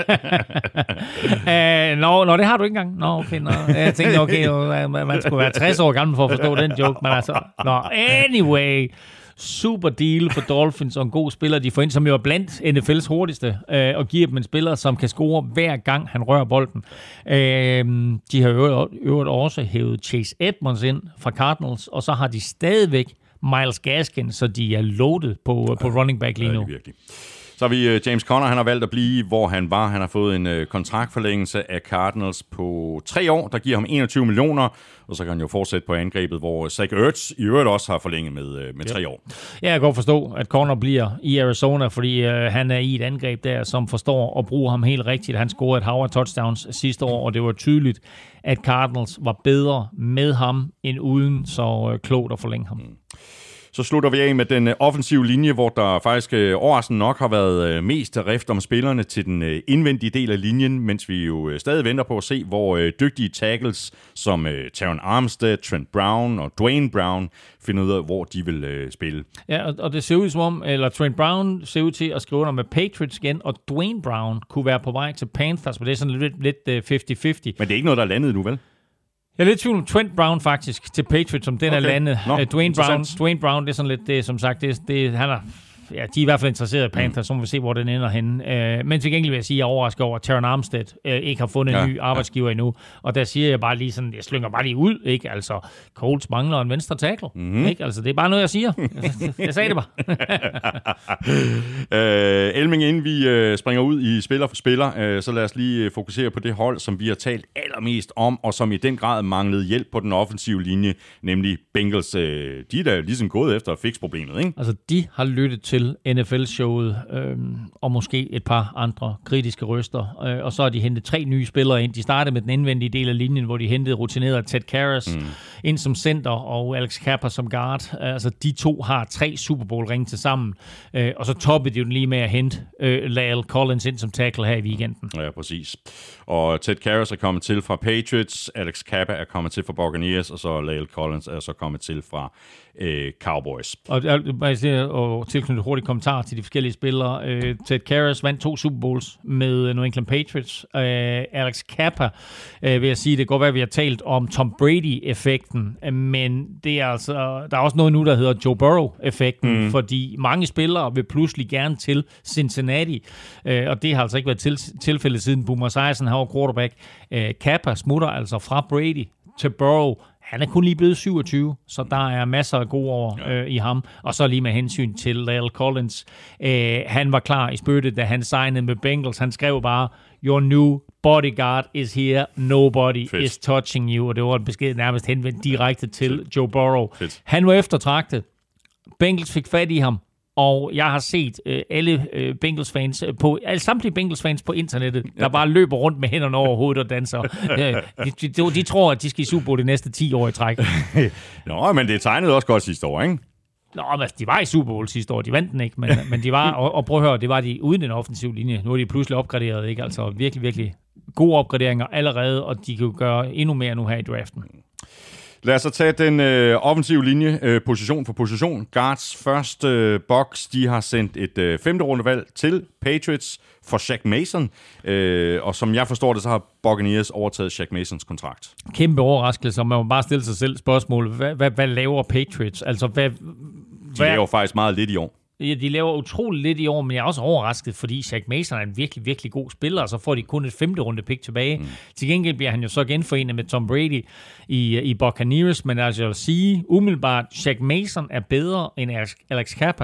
uh, Nå, no, no, det har du ikke engang. Nå, no, okay. No. Jeg tænkte, okay, man skulle være tres år gammel for at forstå den joke, men altså, no, anyway, super deal for Dolphins og en god spiller, de får ind, som jo er blandt N F L's hurtigste, øh, og giver dem en spiller, som kan score hver gang han rører bolden. Øh, de har jo øvrigt også hævet Chase Edmonds ind fra Cardinals, og så har de stadigvæk Myles Gaskin, så de er loaded på, på running back lige nu. Ja, det er virkelig. Så har vi uh, James Conner, han har valgt at blive, hvor han var. Han har fået en uh, kontraktforlængelse af Cardinals på tre år, der giver ham enogtyve millioner, og så kan han jo fortsætte på angrebet, hvor Zach Ertz i øvrigt også har forlænget med, uh, med tre år. Ja, jeg kan godt forstå, at Conner bliver i Arizona, fordi uh, han er i et angreb der, som forstår at bruge ham helt rigtigt. Han scorede et hav af touchdowns sidste år, og det var tydeligt, at Cardinals var bedre med ham end uden, så uh, klogt at forlænge ham. Mm. Så slutter vi af med den offensive linje, hvor der faktisk overraskende nok har været mest rift om spillerne til den indvendige del af linjen, mens vi jo stadig venter på at se, hvor dygtige tackles som Terron Armstead, Trent Brown og Dwayne Brown finder ud af, hvor de vil spille. Ja, og det ser ud som om, eller Trent Brown ser ud til at skrive under med Patriots igen, og Dwayne Brown kunne være på vej til Panthers, men det er sådan lidt, lidt halvtreds halvtreds. Men det er ikke noget, der er landet nu, vel? Jeg er lidt tvivl om Trent Brown faktisk til Patriots, som den okay. er landet. Nå, Dwayne Brown, Dwayne Brown, det er sådan lidt, det, som sagt, det, det, han er, ja, de er i hvert fald interesserede i Panthers, mm. så må vi se, hvor den ender henne. Uh, men til gengæld vil jeg sige, at jeg er overrasket over, at Terron Armstead uh, ikke har fundet ja, en ny arbejdsgiver ja. endnu. Og der siger jeg bare lige sådan, jeg slynger bare lige ud, ikke? Altså, Colts mangler en venstre tackle, mm-hmm. ikke? Altså, det er bare noget, jeg siger. jeg, jeg sagde det bare. uh, Elming, inden vi uh, springer ud i spiller for spiller, uh, så lad os lige fokusere på det hold, som vi har talt allermest om, og som i den grad manglede hjælp på den offensive linje, nemlig Bengals. Uh, de er da ligesom gået efter at fikse problemet, ikke? Altså, de har lyttet til N F L-showet, øh, og måske et par andre kritiske røster. Øh, og så har de hentet tre nye spillere ind. De startede med den indvendige del af linjen, hvor de hentede rutineret Ted Karras mm. ind som center, og Alex Cappa som guard. Altså, de to har tre Super Bowl-ringe til sammen. Øh, og så toppede de jo lige med at hente øh, La'el Collins ind som tackle her i weekenden. Ja, præcis. Og Ted Karras er kommet til fra Patriots, Alex Cappa er kommet til fra Buccaneers, og så La'el Collins er så kommet til fra øh, Cowboys. Og, og, og tilknyttet hurtigt kommentar til de forskellige spillere. Øh, Ted Karras vandt to Super Bowls med New England Patriots. Øh, Alex Cappa, øh, vil jeg sige, det kan godt være, at vi har talt om Tom Brady-effekten, men det er altså, der er også noget nu, der hedder Joe Burrow-effekten, mm. fordi mange spillere vil pludselig gerne til Cincinnati, øh, og det har altså ikke været til, tilfældet siden Boomer Esiason har var quarterback. Øh, Cappa smutter altså fra Brady til Burrow. Han er kun lige blevet syvogtyve, så der er masser af gode år øh, i ham. Og så lige med hensyn til La'el Collins. Øh, han var klar i spyttet, da han signede med Bengals. Han skrev bare, your new bodyguard is here, nobody Fedt. is touching you. Og det var en besked nærmest henvendt direkte til Fedt. Joe Burrow. Fedt. Han var eftertragtet. Bengals fik fat i ham. Og jeg har set øh, alle øh, Bengals-fans på, altså samtlige Bengals-fans på internettet, der bare løber rundt med hænderne over hovedet og danser. Øh, de, de, de tror, at de skal i Super Bowl de næste ti år i træk. Nå, men det tegnede også godt sidste år, ikke? Nå, men de var i Super Bowl sidste år. De vandt den ikke, men, men de var, og, og prøv at høre, det var de uden den offensive linje. Nu er de pludselig opgraderet, ikke? Altså virkelig, virkelig gode opgraderinger allerede, og de kan jo gøre endnu mere nu her i draften. Lad os så tage den øh, offensive linje, øh, position for position. Guards første øh, box, de har sendt et øh, femte rundevalg til Patriots for Shaq Mason. Øh, og som jeg forstår det, så har Buccaneers overtaget Shaq Masons kontrakt. Kæmpe overraskelse, og man må bare stille sig selv spørgsmål. Hvad, hvad, hvad laver Patriots? Altså, hvad, de hvad... laver faktisk meget lidt i år. Ja, de laver utroligt lidt i år, men jeg er også overrasket, fordi Shaq Mason er en virkelig, virkelig god spiller, og så får de kun et femte runde pick tilbage. Mm. Til gengæld bliver han jo så genforenet med Tom Brady i, i Buccaneers, men altså jeg vil sige, umiddelbart, Shaq Mason er bedre end Alex Cappa,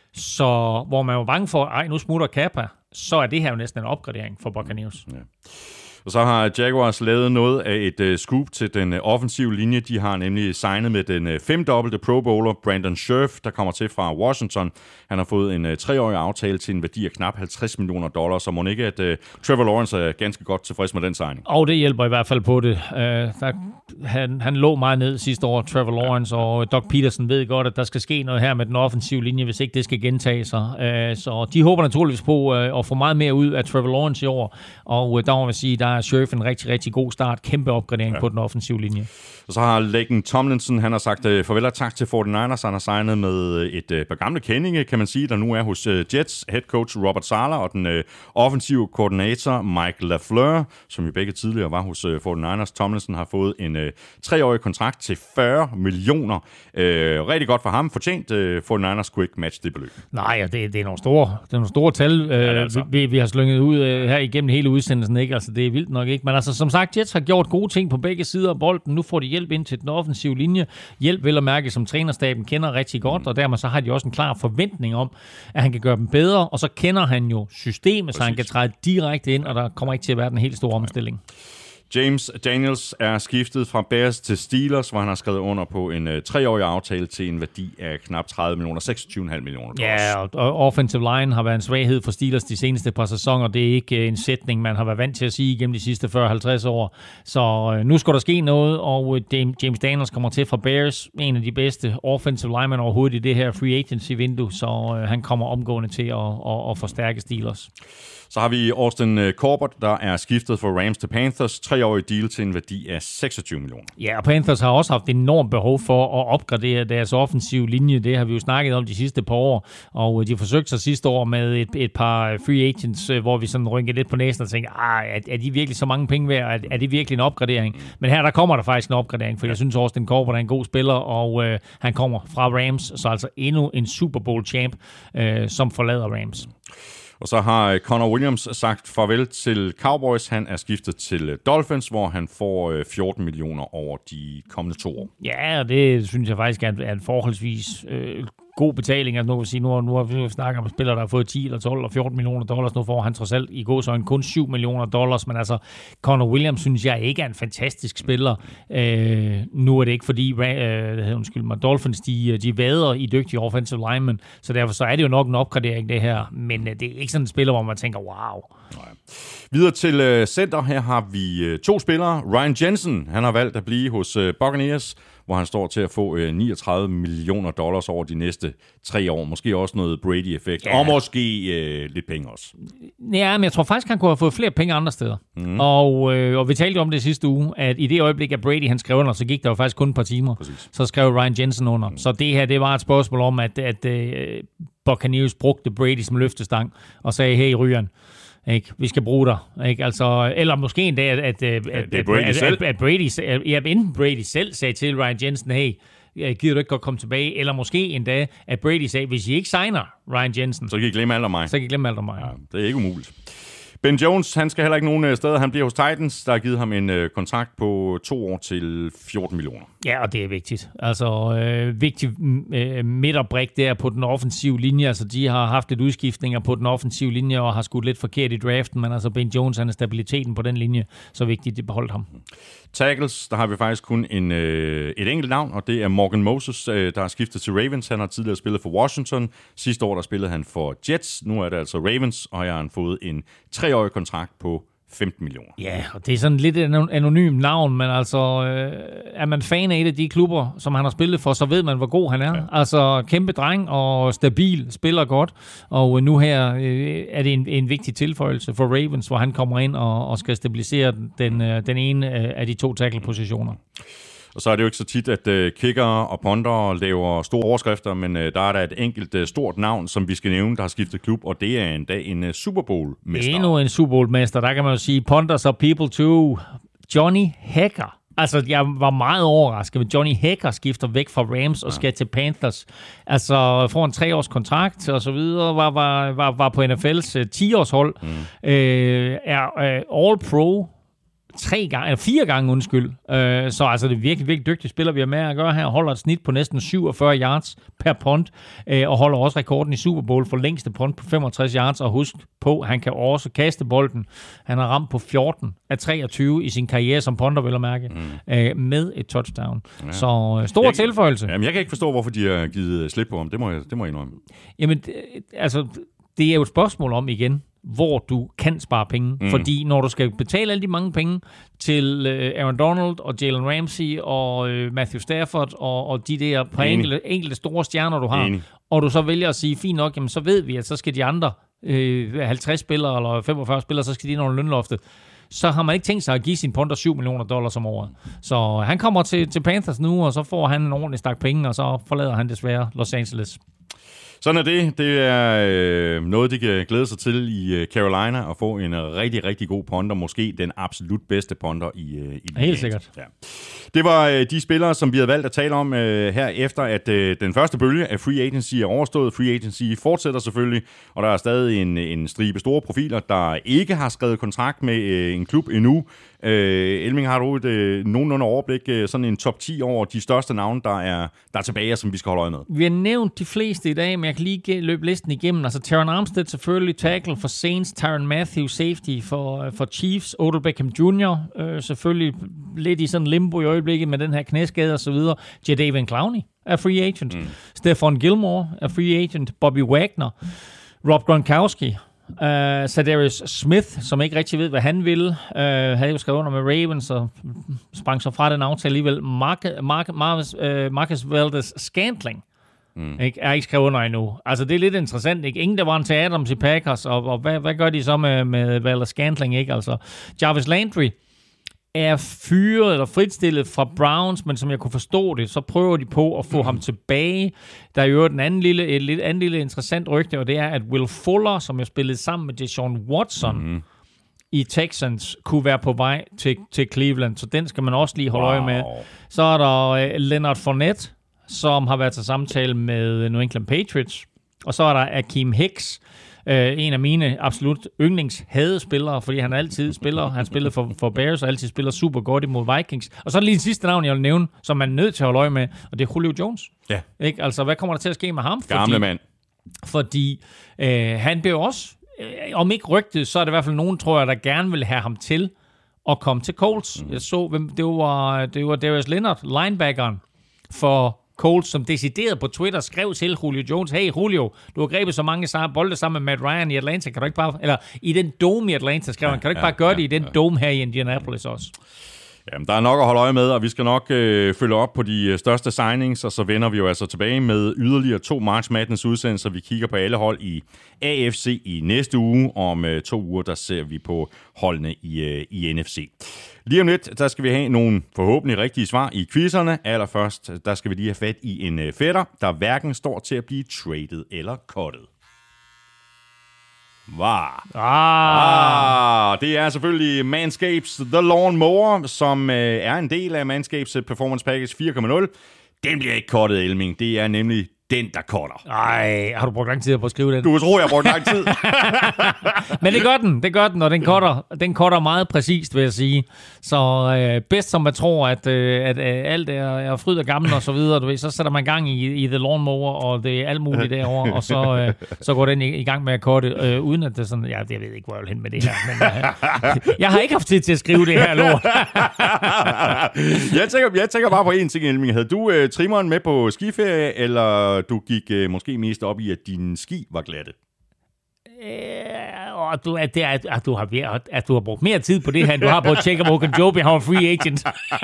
så hvor man var bange for, ej, nu smutter Cappa, så er det her jo næsten en opgradering for Buccaneers. Ja. Og så har Jaguars lavet noget af et uh, scoop til den uh, offensive linje. De har nemlig signet med den uh, femdobbelte Pro Bowler Brandon Scherff, der kommer til fra Washington. Han har fået en uh, treårig aftale til en værdi af knap halvtreds millioner dollars, så må ikke, at uh, Trevor Lawrence er ganske godt tilfreds med den signing. Og det hjælper i hvert fald på det. Uh, der, han, han lå meget ned sidste år, Trevor Lawrence, ja. Og Doug Peterson ved godt, at der skal ske noget her med den offensive linje, hvis ikke det skal gentage sig. Uh, så de håber naturligvis på uh, at få meget mere ud af Trevor Lawrence i år, og uh, der må man sige, der er Scherff en rigtig, rigtig god start. Kæmpe opgradering ja. på den offensive linje. Og så har Laken Tomlinson, han har sagt uh, farvel og tak til forty-niners. Han har signet med et uh, par gamle kendinge, kan man sige, der nu er hos uh, Jets head coach Robert Saleh og den uh, offensive koordinator Mike LaFleur, som jo begge tidligere var hos uh, forty-niners. Tomlinson har fået en uh, treårig kontrakt til fyrre millioner. Uh, rigtig godt for ham. Fortjent. Uh, forty-niners kunne ikke matche det beløb. Nej, det, det er nogle store, det er nogle store tal, uh, ja, altså. vi, vi har slynget ud uh, her igennem hele udsendelsen. Ikke? Altså, det er vildt nok ikke. Men altså, som sagt, Jets har gjort gode ting på begge sider af bolden. Nu får de hjælp ind til den offensive linje. Hjælp vel at mærke, som trænerstaben kender rigtig godt, mm. og dermed så har de også en klar forventning om, at han kan gøre dem bedre, og så kender han jo systemet, Præcis. Så han kan træde direkte ind, og der kommer ikke til at være den helt store omstilling. James Daniels er skiftet fra Bears til Steelers, hvor han har skrevet under på en uh, treårig aftale til en værdi af knap tredive millioner, seksogtyve komma fem millioner dollars. Ja, og offensive line har været en svaghed for Steelers de seneste par sæsoner. Det er ikke en sætning, man har været vant til at sige gennem de sidste fyrre til halvtreds år. Så uh, nu skal der ske noget, og uh, James Daniels kommer til fra Bears, en af de bedste offensive linemen overhovedet i det her free agency-vindue, så uh, han kommer omgående til at, at, at forstærke Steelers. Så har vi Austin Corbett, der er skiftet fra Rams til Panthers. Treårig deal til en værdi af seksogtyve millioner. Ja, og Panthers har også haft enormt behov for at opgradere deres offensive linje. Det har vi jo snakket om de sidste par år. Og de forsøgte sig sidste år med et, et par free agents, hvor vi sådan rynkede lidt på næsen og tænkte, er, er de virkelig så mange penge værd? Er, er det virkelig en opgradering? Men her der kommer der faktisk en opgradering, for jeg synes Austin Corbett er en god spiller, og øh, han kommer fra Rams, så altså endnu en Super Bowl champ, øh, som forlader Rams. Og så har Connor Williams sagt farvel til Cowboys. Han er skiftet til Dolphins, hvor han får fjorten millioner over de kommende to år. Ja, og det synes jeg faktisk er en, er en forholdsvis øh, god betaling. Altså nu, vil sige, nu, nu har vi snakket om spillere, der har fået ti eller tolv eller fjorten millioner dollars. Nu får han trods alt i gåseøjne kun syv millioner dollars. Men altså, Connor Williams synes jeg ikke er en fantastisk spiller. Øh, nu er det ikke fordi, øh, undskyld mig, Dolphins, de, de vader i dygtige offensive linemen. Så derfor så er det jo nok en opgradering, det her. Men øh, det er ikke sådan en spiller, hvor man tænker, wow. Nej. Videre til øh, center. Her har vi øh, to spillere. Ryan Jensen, han har valgt at blive hos øh, Buccaneers, hvor han står til at få øh, niogtredive millioner dollars over de næste tre år. Måske også noget Brady-effekt, ja. Og måske øh, lidt penge også. Ja, men jeg tror faktisk, han kunne have fået flere penge andre steder. Mm. Og, øh, og vi talte om det sidste uge, at i det øjeblik, at Brady han skrev under, så gik der jo faktisk kun et par timer. Præcis. Så skrev Ryan Jensen under. Mm. Så det her, det var et spørgsmål om, at, at uh, Buccaneers brugte Brady som løftestang og sagde, hey Ryan, ikke? Vi skal bruge dig. Ikke? Altså, eller måske endda, at, at, at, ja, Brady at, selv. at, at Brady, ja, enten Brady selv sagde til Ryan Jensen, hey, gider du ikke godt komme tilbage? Eller måske endda, at Brady sagde, hvis I ikke signer Ryan Jensen, så kan I glemme alt om mig. Så kan I glemme alt om mig. Ja, det er ikke umuligt. Ben Jones, han skal heller ikke nogen steder. Han bliver hos Titans. Der har givet ham en øh, kontrakt på to år til fjorten millioner. Ja, og det er vigtigt. Altså, øh, vigtig øh, midterbrik der på den offensive linje. Altså, de har haft lidt udskiftninger på den offensive linje og har skudt lidt forkert i draften, men altså, Ben Jones, han er stabiliteten på den linje, så vigtigt, de beholdt ham. Tackles, der har vi faktisk kun en, øh, et enkelt navn, og det er Morgan Moses, øh, der har skiftet til Ravens. Han har tidligere spillet for Washington. Sidste år, der spillede han for Jets. Nu er det altså Ravens, og her har han fået en treårig kontrakt på femten millioner. Ja, og det er sådan lidt et anonymt navn, men altså, øh, er man fan af et af de klubber, som han har spillet for, så ved man, hvor god han er. Ja. Altså, kæmpe dreng og stabil, spiller godt, og nu her øh, er det en, en vigtig tilføjelse for Ravens, hvor han kommer ind og, og skal stabilisere den, øh, den ene af de to tackle-positioner. Og så er det jo ikke så tit, at uh, kicker og punter laver store overskrifter, men uh, der er der et enkelt uh, stort navn, som vi skal nævne, der har skiftet klub, og det er endda en uh, Super Bowl-mester. Endnu en Super Bowl-mester, der kan man jo sige, punters og people too. Johnny Hekker. Altså, jeg var meget overrasket, at Johnny Hekker skifter væk fra Rams og skal til Panthers. Altså, får en treårs kontrakt og så videre, var, var, var, var på N F L's uh, ti-årshold, mm. øh, er uh, All-Pro, tre gange, eller fire gange, undskyld. Øh, så altså, det er virkelig, virkelig dygtige spiller, vi har med at gøre her. Holder et snit på næsten syvogfyrre yards per punt, øh, og holder også rekorden i Super Bowl for længste punt på femogtres yards. Og husk på, han kan også kaste bolden. Han har ramt på fjorten af treogtyve i sin karriere som punter, vil jeg mærke, mm. øh, med et touchdown. Ja. Så øh, stor jeg, tilføjelse. Jamen, jeg kan ikke forstå, hvorfor de har givet slip på ham. Det må jeg, det må jeg indrømme. Jamen, det, altså, det er jo et spørgsmål om igen, hvor du kan spare penge. Mm. Fordi når du skal betale alle de mange penge til uh, Aaron Donald og Jalen Ramsey og uh, Matthew Stafford og, og de der par enkelte, enkelte store stjerner, du har, Enig. Og du så vælger at sige, fint nok, jamen så ved vi, at så skal de andre uh, halvtreds spillere eller femogfyrre spillere, så skal de ind under lønloftet. Så har man ikke tænkt sig at give sin punter syv millioner dollars om året. Så han kommer til, til Panthers nu, og så får han en ordentlig stak penge, og så forlader han desværre Los Angeles. Sådan er det. Det er øh, noget, de kan glæde sig til i øh, Carolina, at få en rigtig, rigtig god punter. Måske den absolut bedste punter i, øh, i Helt sikkert. Ja. Det var øh, de spillere, som vi havde valgt at tale om øh, her efter, at øh, den første bølge af free agency er overstået. Free agency fortsætter selvfølgelig, og der er stadig en, en stribe store profiler, der ikke har skrevet kontrakt med øh, en klub endnu. Øh, Elming, har du et øh, nogenlunde overblik, øh, sådan en top ti over de største navne, der er, der er tilbage, som vi skal holde øje med? Vi har nævnt de fleste i dag, men jeg kan lige løbe listen igennem. Altså Terron Armstead selvfølgelig, tackle for Saints, Tyrann Mathieu, safety for, for Chiefs, Odell Beckham junior Øh, selvfølgelig lidt i sådan limbo i øjeblikket med den her knæskade og så videre. Jadeveon Clowney er free agent. Mm. Stephon Gilmore er free agent. Bobby Wagner. Rob Gronkowski. Uh, Zadarius Smith, som ikke rigtig ved, hvad han vil, uh, havde jo skrevet under med Ravens og sprang så fra den aftale alligevel. Marcus, Marcus, uh, Marcus Valdes-Scantling mm. ikke, er ikke skrevet under endnu. Altså, det er lidt interessant, ikke? Ingen, der var en til Adams i Packers, og, og hvad, hvad gør de så med, med Valdes-Scantling, ikke? Altså, Jarvis Landry er fyret eller fritstillet fra Browns, men som jeg kunne forstå det, så prøver de på at få mm. ham tilbage. Der er jo en anden lille, et lidt andet lille interessant rygte, og det er, at Will Fuller, som jeg spillede sammen med Deshaun Watson mm. i Texans, kunne være på vej til, til Cleveland, så den skal man også lige holde wow. øje med. Så er der uh, Leonard Fournette, som har været til samtale med New England Patriots, og så er der Akeem Hicks, Uh, en af mine absolut yndlingshadespillere, fordi han altid spiller, han spillede for, for Bears, og altid spiller super godt imod Vikings. Og så er det lige en sidste navn, jeg vil nævne, som man er nødt til at holde øje med, og det er Julio Jones. Ja. Ikke? Altså, hvad kommer der til at ske med ham? Gamle fordi, mand. Fordi uh, han blev også, uh, om ikke rygtet, så er det i hvert fald nogen, tror jeg, der gerne vil have ham til at komme til Colts. Mm. Jeg så, hvem, det var, det var Darius Leonard, linebackeren for Colts, som decideret på Twitter skrev til Julio Jones, hey Julio, du har grebet så mange bolde sammen med Matt Ryan i Atlanta, kan du ikke bare, eller i den dome i Atlanta, skrev han, kan du ikke bare gøre det i den dome her i Indianapolis også? Jamen, der er nok at holde øje med, og vi skal nok øh, følge op på de øh, største signings, og så vender vi jo altså tilbage med yderligere to March Madness udsendelser. Vi kigger på alle hold i A F C i næste uge, og om øh, to uger, der ser vi på holdene i, øh, i N F C. Lige om lidt, der skal vi have nogle forhåbentlig rigtige svar i quizzerne. Allerførst, der skal vi lige have fat i en øh, fætter, der hverken står til at blive traded eller cuttet. Var. Ah. ah, det er selvfølgelig Manscapes The Lawn Mower, som øh, er en del af Manscapes Performance Package fire punkt nul. Den bliver ikke cuttet, Elming. Det er nemlig den, der cutter. Ej, har du brugt lang tid på at skrive den? Du tror, jeg har brugt lang tid. Men det gør den, det gør den, og den cutter, den cutter meget præcist, vil jeg sige. Så øh, bedst som man tror, at, øh, at øh, alt er, er fryd og gammel og så videre, du ved, så sætter man gang i, i The Lawn Mower, og det er alt muligt derovre, og så, øh, så går den i, i gang med at cutte, øh, uden at det er sådan, ja, jeg ved ikke, hvor jeg vil hen med det her, men øh, jeg har ikke haft tid til at skrive det her lort. jeg, tænker, jeg tænker bare på en ting, Elming. Havde du øh, trimmeren med på skiferie, eller du gik øh, måske mest op i, at dine ski var glatte? Øh, og du, at, det er, at, du har, at du har brugt mere tid på det her, end du har på at tjekke, om Ogunjobi har en free agent.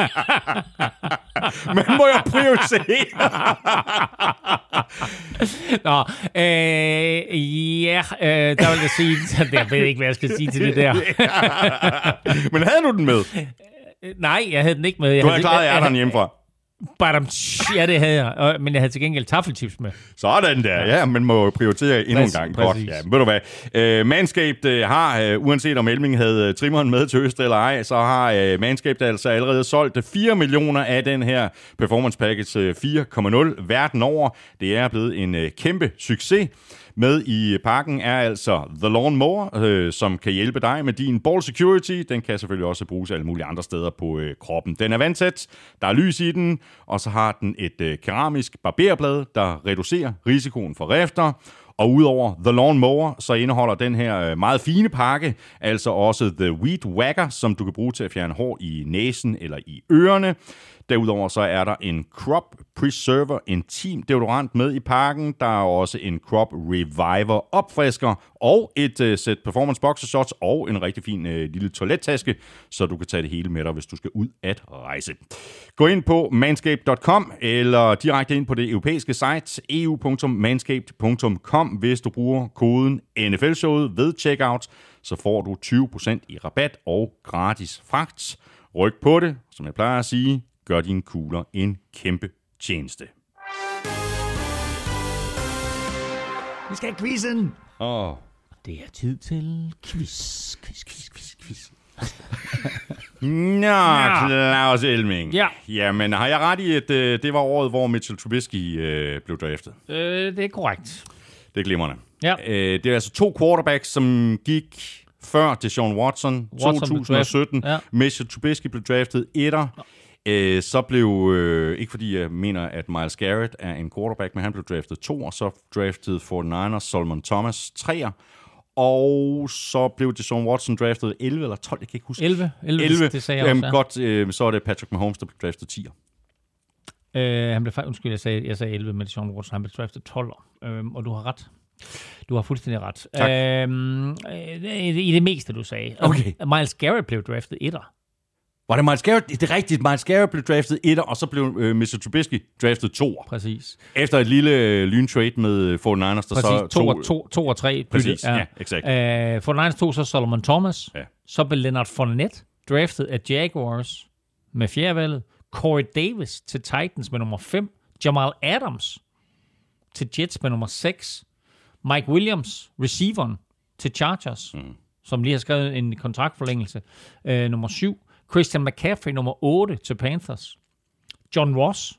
Men må jeg prioritere? Nå, øh, ja, øh, der vil jeg sige, jeg ved ikke, hvad jeg skal sige til det der. Men havde du den med? Nej, jeg havde den ikke med. Jeg du havde klaret ærterne hjemmefra. Badam, ja, det havde jeg. Men jeg havde til gengæld taffelchips med. Sådan der, ja. Man må prioritere endnu præcis, en gang. Godt, ja. Ved du hvad? Uh, Manscaped uh, har, uh, uanset om Elming havde uh, trimmeren med til Øst eller ej, så har uh, Manscaped altså allerede solgt fire millioner af den her Performance Package uh, fire punkt nul verden over. Det er blevet en uh, kæmpe succes. Med i pakken er altså The Lawn Mower, øh, som kan hjælpe dig med din ball security. Den kan selvfølgelig også bruges alle mulige andre steder på øh, kroppen. Den er vandtæt, der er lys i den, og så har den et øh, keramisk barberblad, der reducerer risikoen for rifter. Og udover The Lawn Mower, så indeholder den her meget fine pakke altså også The Weed Whacker, som du kan bruge til at fjerne hår i næsen eller i ørerne. Derudover så er der en Crop Preserver Intim deodorant med i pakken. Der er også en Crop Reviver opfrisker og et uh, sæt performance boxershorts og en rigtig fin uh, lille toilettaske, så du kan tage det hele med dig, hvis du skal ud at rejse. Gå ind på manscaped punktum com eller direkte ind på det europæiske site e u punktum manscaped punktum com. Hvis du bruger koden N F L-showet ved checkout, så får du tyve procent i rabat og gratis fragt. Ryk på det, som jeg plejer at sige. Gør dine kugler en kæmpe tjeneste. Vi skal have quizzen. Åh. Oh. Det er tid til quiz, quiz, quiz, quiz, quiz. Nå, ja. Claus Elming. Ja. Jamen, har jeg ret i, at øh, det var året, hvor Mitchell Trubisky øh, blev draftet? Øh, det er korrekt. Det er glimrende. Ja. Øh, det er altså to quarterbacks, som gik før Deshaun Watson, Watson to tusind og sytten. Ja. Mitchell Trubisky blev draftet etter. Øh, så blev, øh, ikke fordi jeg mener, at Myles Garrett er en quarterback, men han blev draftet to, og så draftede forty-niners Solomon Thomas treer. Og så blev Deshaun Watson draftet elleve eller tolv, jeg kan ikke huske. elleve, elleve, elleve. Det sagde jeg Jamen, også, ja. Godt, øh, så er det Patrick Mahomes, der blev draftet tier. Øh, han blev faktisk, undskyld, jeg sagde, jeg sagde elleve med Deshaun Watson, han blev draftet tolv, øhm, og du har ret. Du har fuldstændig ret. Tak. Øhm, i, I det meste, du sagde. Okay. Miles Garrett blev draftet etter. Var det Myles Garrett? Det er rigtigt. Myles Garrett blev draftet etter, og så blev øh, mister Trubisky draftet toer. Præcis. Efter et lille øh, lyntrade med forty-niners, der Præcis. så To, to, to, to, to og tre. Præcis, ja, ja exakt. Uh, forty-niners tog så Solomon Thomas. Ja. Så blev Leonard Fournette draftet af Jaguars med fjerdevalget. Corey Davis til Titans med nummer fem. Jamal Adams til Jets med nummer seks. Mike Williams, receiveren til Chargers, mm. som lige har skrevet en kontraktforlængelse, uh, nummer syv. Christian McCaffrey, nummer otte til Panthers. John Ross.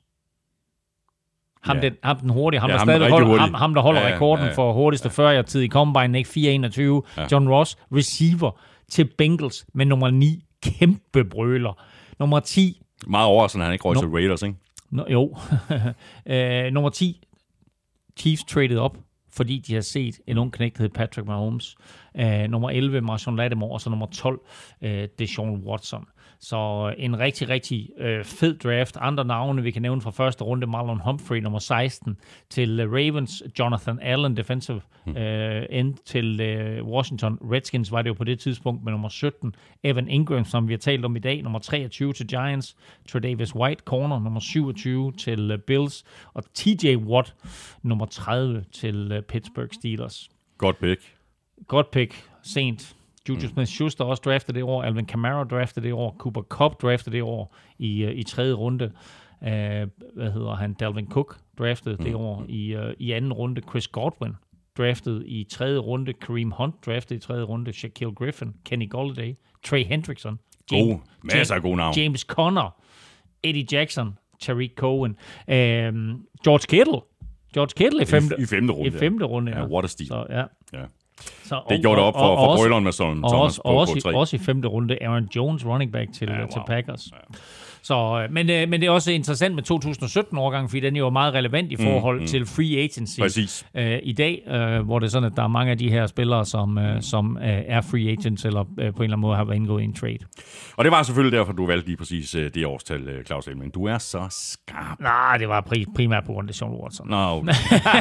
Ham, ja. den, ham den hurtige, ham, ja, der, ham, stadig holder, ham, ham, der holder ja, rekorden ja, ja. for hurtigste ja. fyrre-yard-tid i Combine, ikke fire enogtyve. Ja. John Ross, receiver til Bengals med nummer ni. Kæmpe brøler. Nummer ti. Meget overraskende, han ikke røg no, til Raiders, ikke? No, jo. uh, nummer ti. Chiefs traded op, fordi de har set en ung knægt, der hedder Patrick Mahomes. Uh, nummer elleve, Marshawn Lattimore, og så nummer tolv, uh, Deshaun Watson. Så en rigtig, rigtig uh, fed draft. Andre navne, vi kan nævne fra første runde, Marlon Humphrey, nummer seksten, til uh, Ravens, Jonathan Allen, defensive uh, end til uh, Washington Redskins, var det jo på det tidspunkt med nummer sytten, Evan Ingram, som vi har talt om i dag, nummer treogtyve til Giants, Tre'Davious White, corner, nummer syvogtyve til uh, Bills, og T J Watt, nummer tredive til uh, Pittsburgh Steelers. Godt pick. Godt pick, sent. Juju Smith-Schuster også draftet det år, Alvin Kamara draftet det år, Cooper Kupp draftet det år i, uh, i tredje runde. Uh, hvad hedder han? Dalvin Cook draftet mm. det år i, uh, i anden runde. Chris Godwin draftet i tredje runde. Kareem Hunt draftet i tredje runde. Shaquille Griffin, Kenny Golladay, Trey Hendrickson. James, God, masser af gode navne. James Conner, Eddie Jackson, Tariq Cohen, uh, George Kittle. George Kittle i femte, I, i femte runde. I femte runde, ja. ja. What a steal. Så, ja. ja. Så, det gjorde det op for, for brøleren med sådan. Og, også, og også, i, også i femte runde, Aaron Jones, running back til, ja, wow. til Packers. Ja. Så, men, men det er også interessant med to tusind og sytten-årgang, fordi den er jo meget relevant i forhold mm, mm. til free agency. Præcis. Øh, i dag, øh, hvor det er sådan, at der er mange af de her spillere, som, øh, som øh, er free agents, eller øh, på en eller anden måde har været indgået i en trade. Og det var selvfølgelig derfor, du valgte lige præcis øh, det årstal, øh, Claus Elming. Du er så skarp. Nej, det var pri- primært på grund af Deshaun Watson. Nå, okay.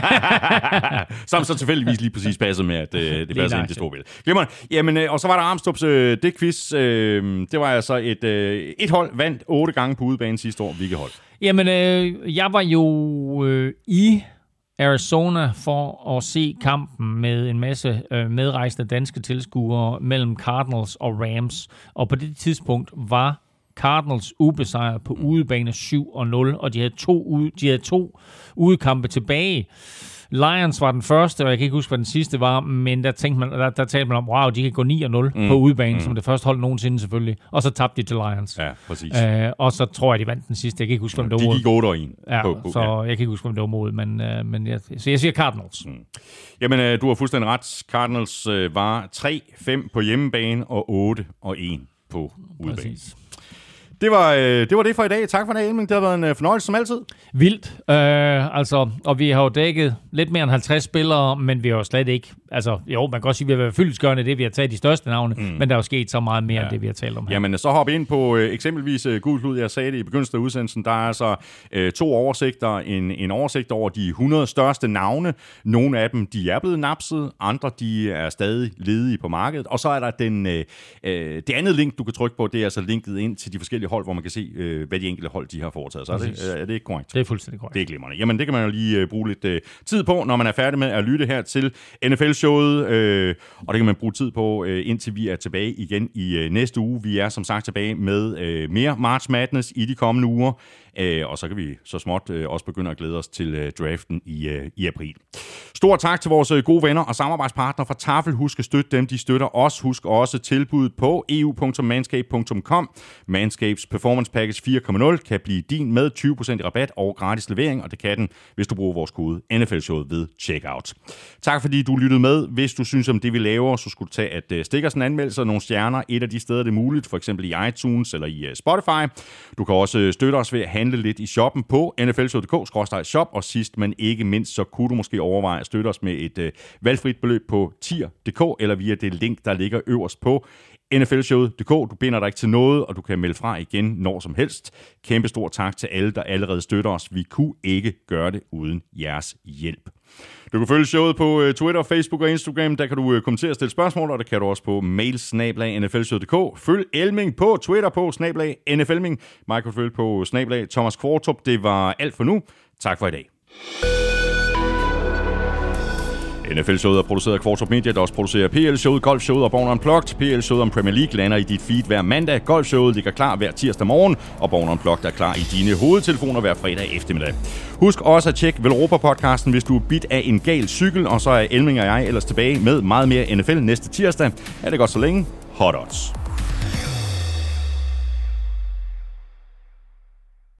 Som så tilfældigvis lige præcis passede med, at øh, det passer ind til store billede. Glimrende. Jamen, øh, og så var der Armstrongs øh, det quiz. Øh, det var altså et, øh, et hold vandt otte gange på udebane sidste år. Hvilket hold? Jamen, øh, jeg var jo øh, i Arizona for at se kampen med en masse øh, medrejsende danske tilskuere mellem Cardinals og Rams. Og på det tidspunkt var Cardinals ubesejret på udebane syv og nul, og de havde to, ude, de havde to udekampe tilbage. Lions var den første, og jeg kan ikke huske, hvad den sidste var, men der, tænkte man, der, der talte man om, wow, de kan gå ni og nul mm. på udebane, mm. som det første hold nogensinde selvfølgelig. Og så tabte de til Lions. Ja, præcis. Øh, og så tror jeg, de vandt den sidste. Jeg kan ikke huske, hvem det var mod. De gik otte og en. Ja, på, på, så ja. jeg kan ikke huske, hvem det var mod, men, øh, men jeg, så jeg siger Cardinals. Mm. Jamen, øh, du har fuldstændig ret. Cardinals øh, var tre fem på hjemmebane og otte og en på udebane. Præcis. Det var, øh, det var det for i dag. Tak for det, Elming. Det har været en øh, fornøjelse som altid. Vildt. Øh, altså, og vi har jo dækket lidt mere end halvtreds spillere, men vi har jo slet ikke... Altså, jo, man kan godt sige, at vi har været fyldestgørende det, vi har taget de største navne, mm. men der er jo sket så meget mere ja. end det, vi har talt om her. Jamen, så hop ind på øh, eksempelvis øh, Gul Klud. Jeg sagde det i begyndelsen af udsendelsen. Der er altså øh, to oversigter. En, en oversigt over de hundrede største navne. Nogle af dem, de er blevet napset. Andre, de er stadig ledige på markedet. Og så er der den, øh, det andet link, du kan trykke på. Det er altså linket ind til de forskellige hold, hvor man kan se, øh, hvad de enkelte hold, de har foretaget. Så er det, er det ikke korrekt? Det er fuldstændig korrekt. Det er glimrende. Jamen, det kan man jo lige øh, bruge lidt øh, tid på, når man er færdig med at lytte her til N F L-showet. Øh, og det kan man bruge tid på, øh, indtil vi er tilbage igen i øh, næste uge. Vi er som sagt tilbage med øh, mere March Madness i de kommende uger. Øh, og så kan vi så småt øh, også begynde at glæde os til øh, draften i, øh, i april. Stor tak til vores øh, gode venner og samarbejdspartnere fra Tafel. Husk at støtte dem, de støtter os. Husk også tilbuddet på e u punktum manscaped punktum com. Manscaped Manscapes Performance Package fire komma nul kan blive din med tyve procent i rabat og gratis levering, og det kan den, hvis du bruger vores kode N F L-showet ved checkout. Tak fordi du lyttede med. Hvis du synes om det, vi laver, så skulle du tage at stikke os en anmeldelse og nogle stjerner et af de steder, det er muligt, for eksempel i iTunes eller i Spotify. Du kan også støtte os ved at handle lidt i shoppen på n f l showet punktum d k skråstreg shop, og sidst, men ikke mindst, så kunne du måske overveje at støtte os med et øh, valgfrit beløb på tier punktum d k eller via det link, der ligger øverst på N F L showet punktum d k. Du binder dig ikke til noget, og du kan melde fra igen når som helst. Kæmpe stor tak til alle, der allerede støtter os. Vi kunne ikke gøre det uden jeres hjælp. Du kan følge showet på Twitter, Facebook og Instagram. Der kan du kommentere og stille spørgsmål, og der kan du også på mail snabel-a n f l showet punktum d k. Følg Elming på Twitter på snabel-a n f elming. Mig kan følge på snabel-a Thomas Kvartrup. Det var alt for nu. Tak for i dag. N F L-showet er produceret af Kvartrup Media, der også producerer P L-showet, Golf-showet og Born Unplugged. P L-showet om Premier League lander i dit feed hver mandag. Golf-showet ligger klar hver tirsdag morgen, og Born Unplugged er klar i dine hovedtelefoner hver fredag eftermiddag. Husk også at tjekke Velropa-podcasten, hvis du er bidt af en gal cykel, og så er Elming og jeg ellers tilbage med meget mere N F L næste tirsdag. Er det godt så længe? Hot odds.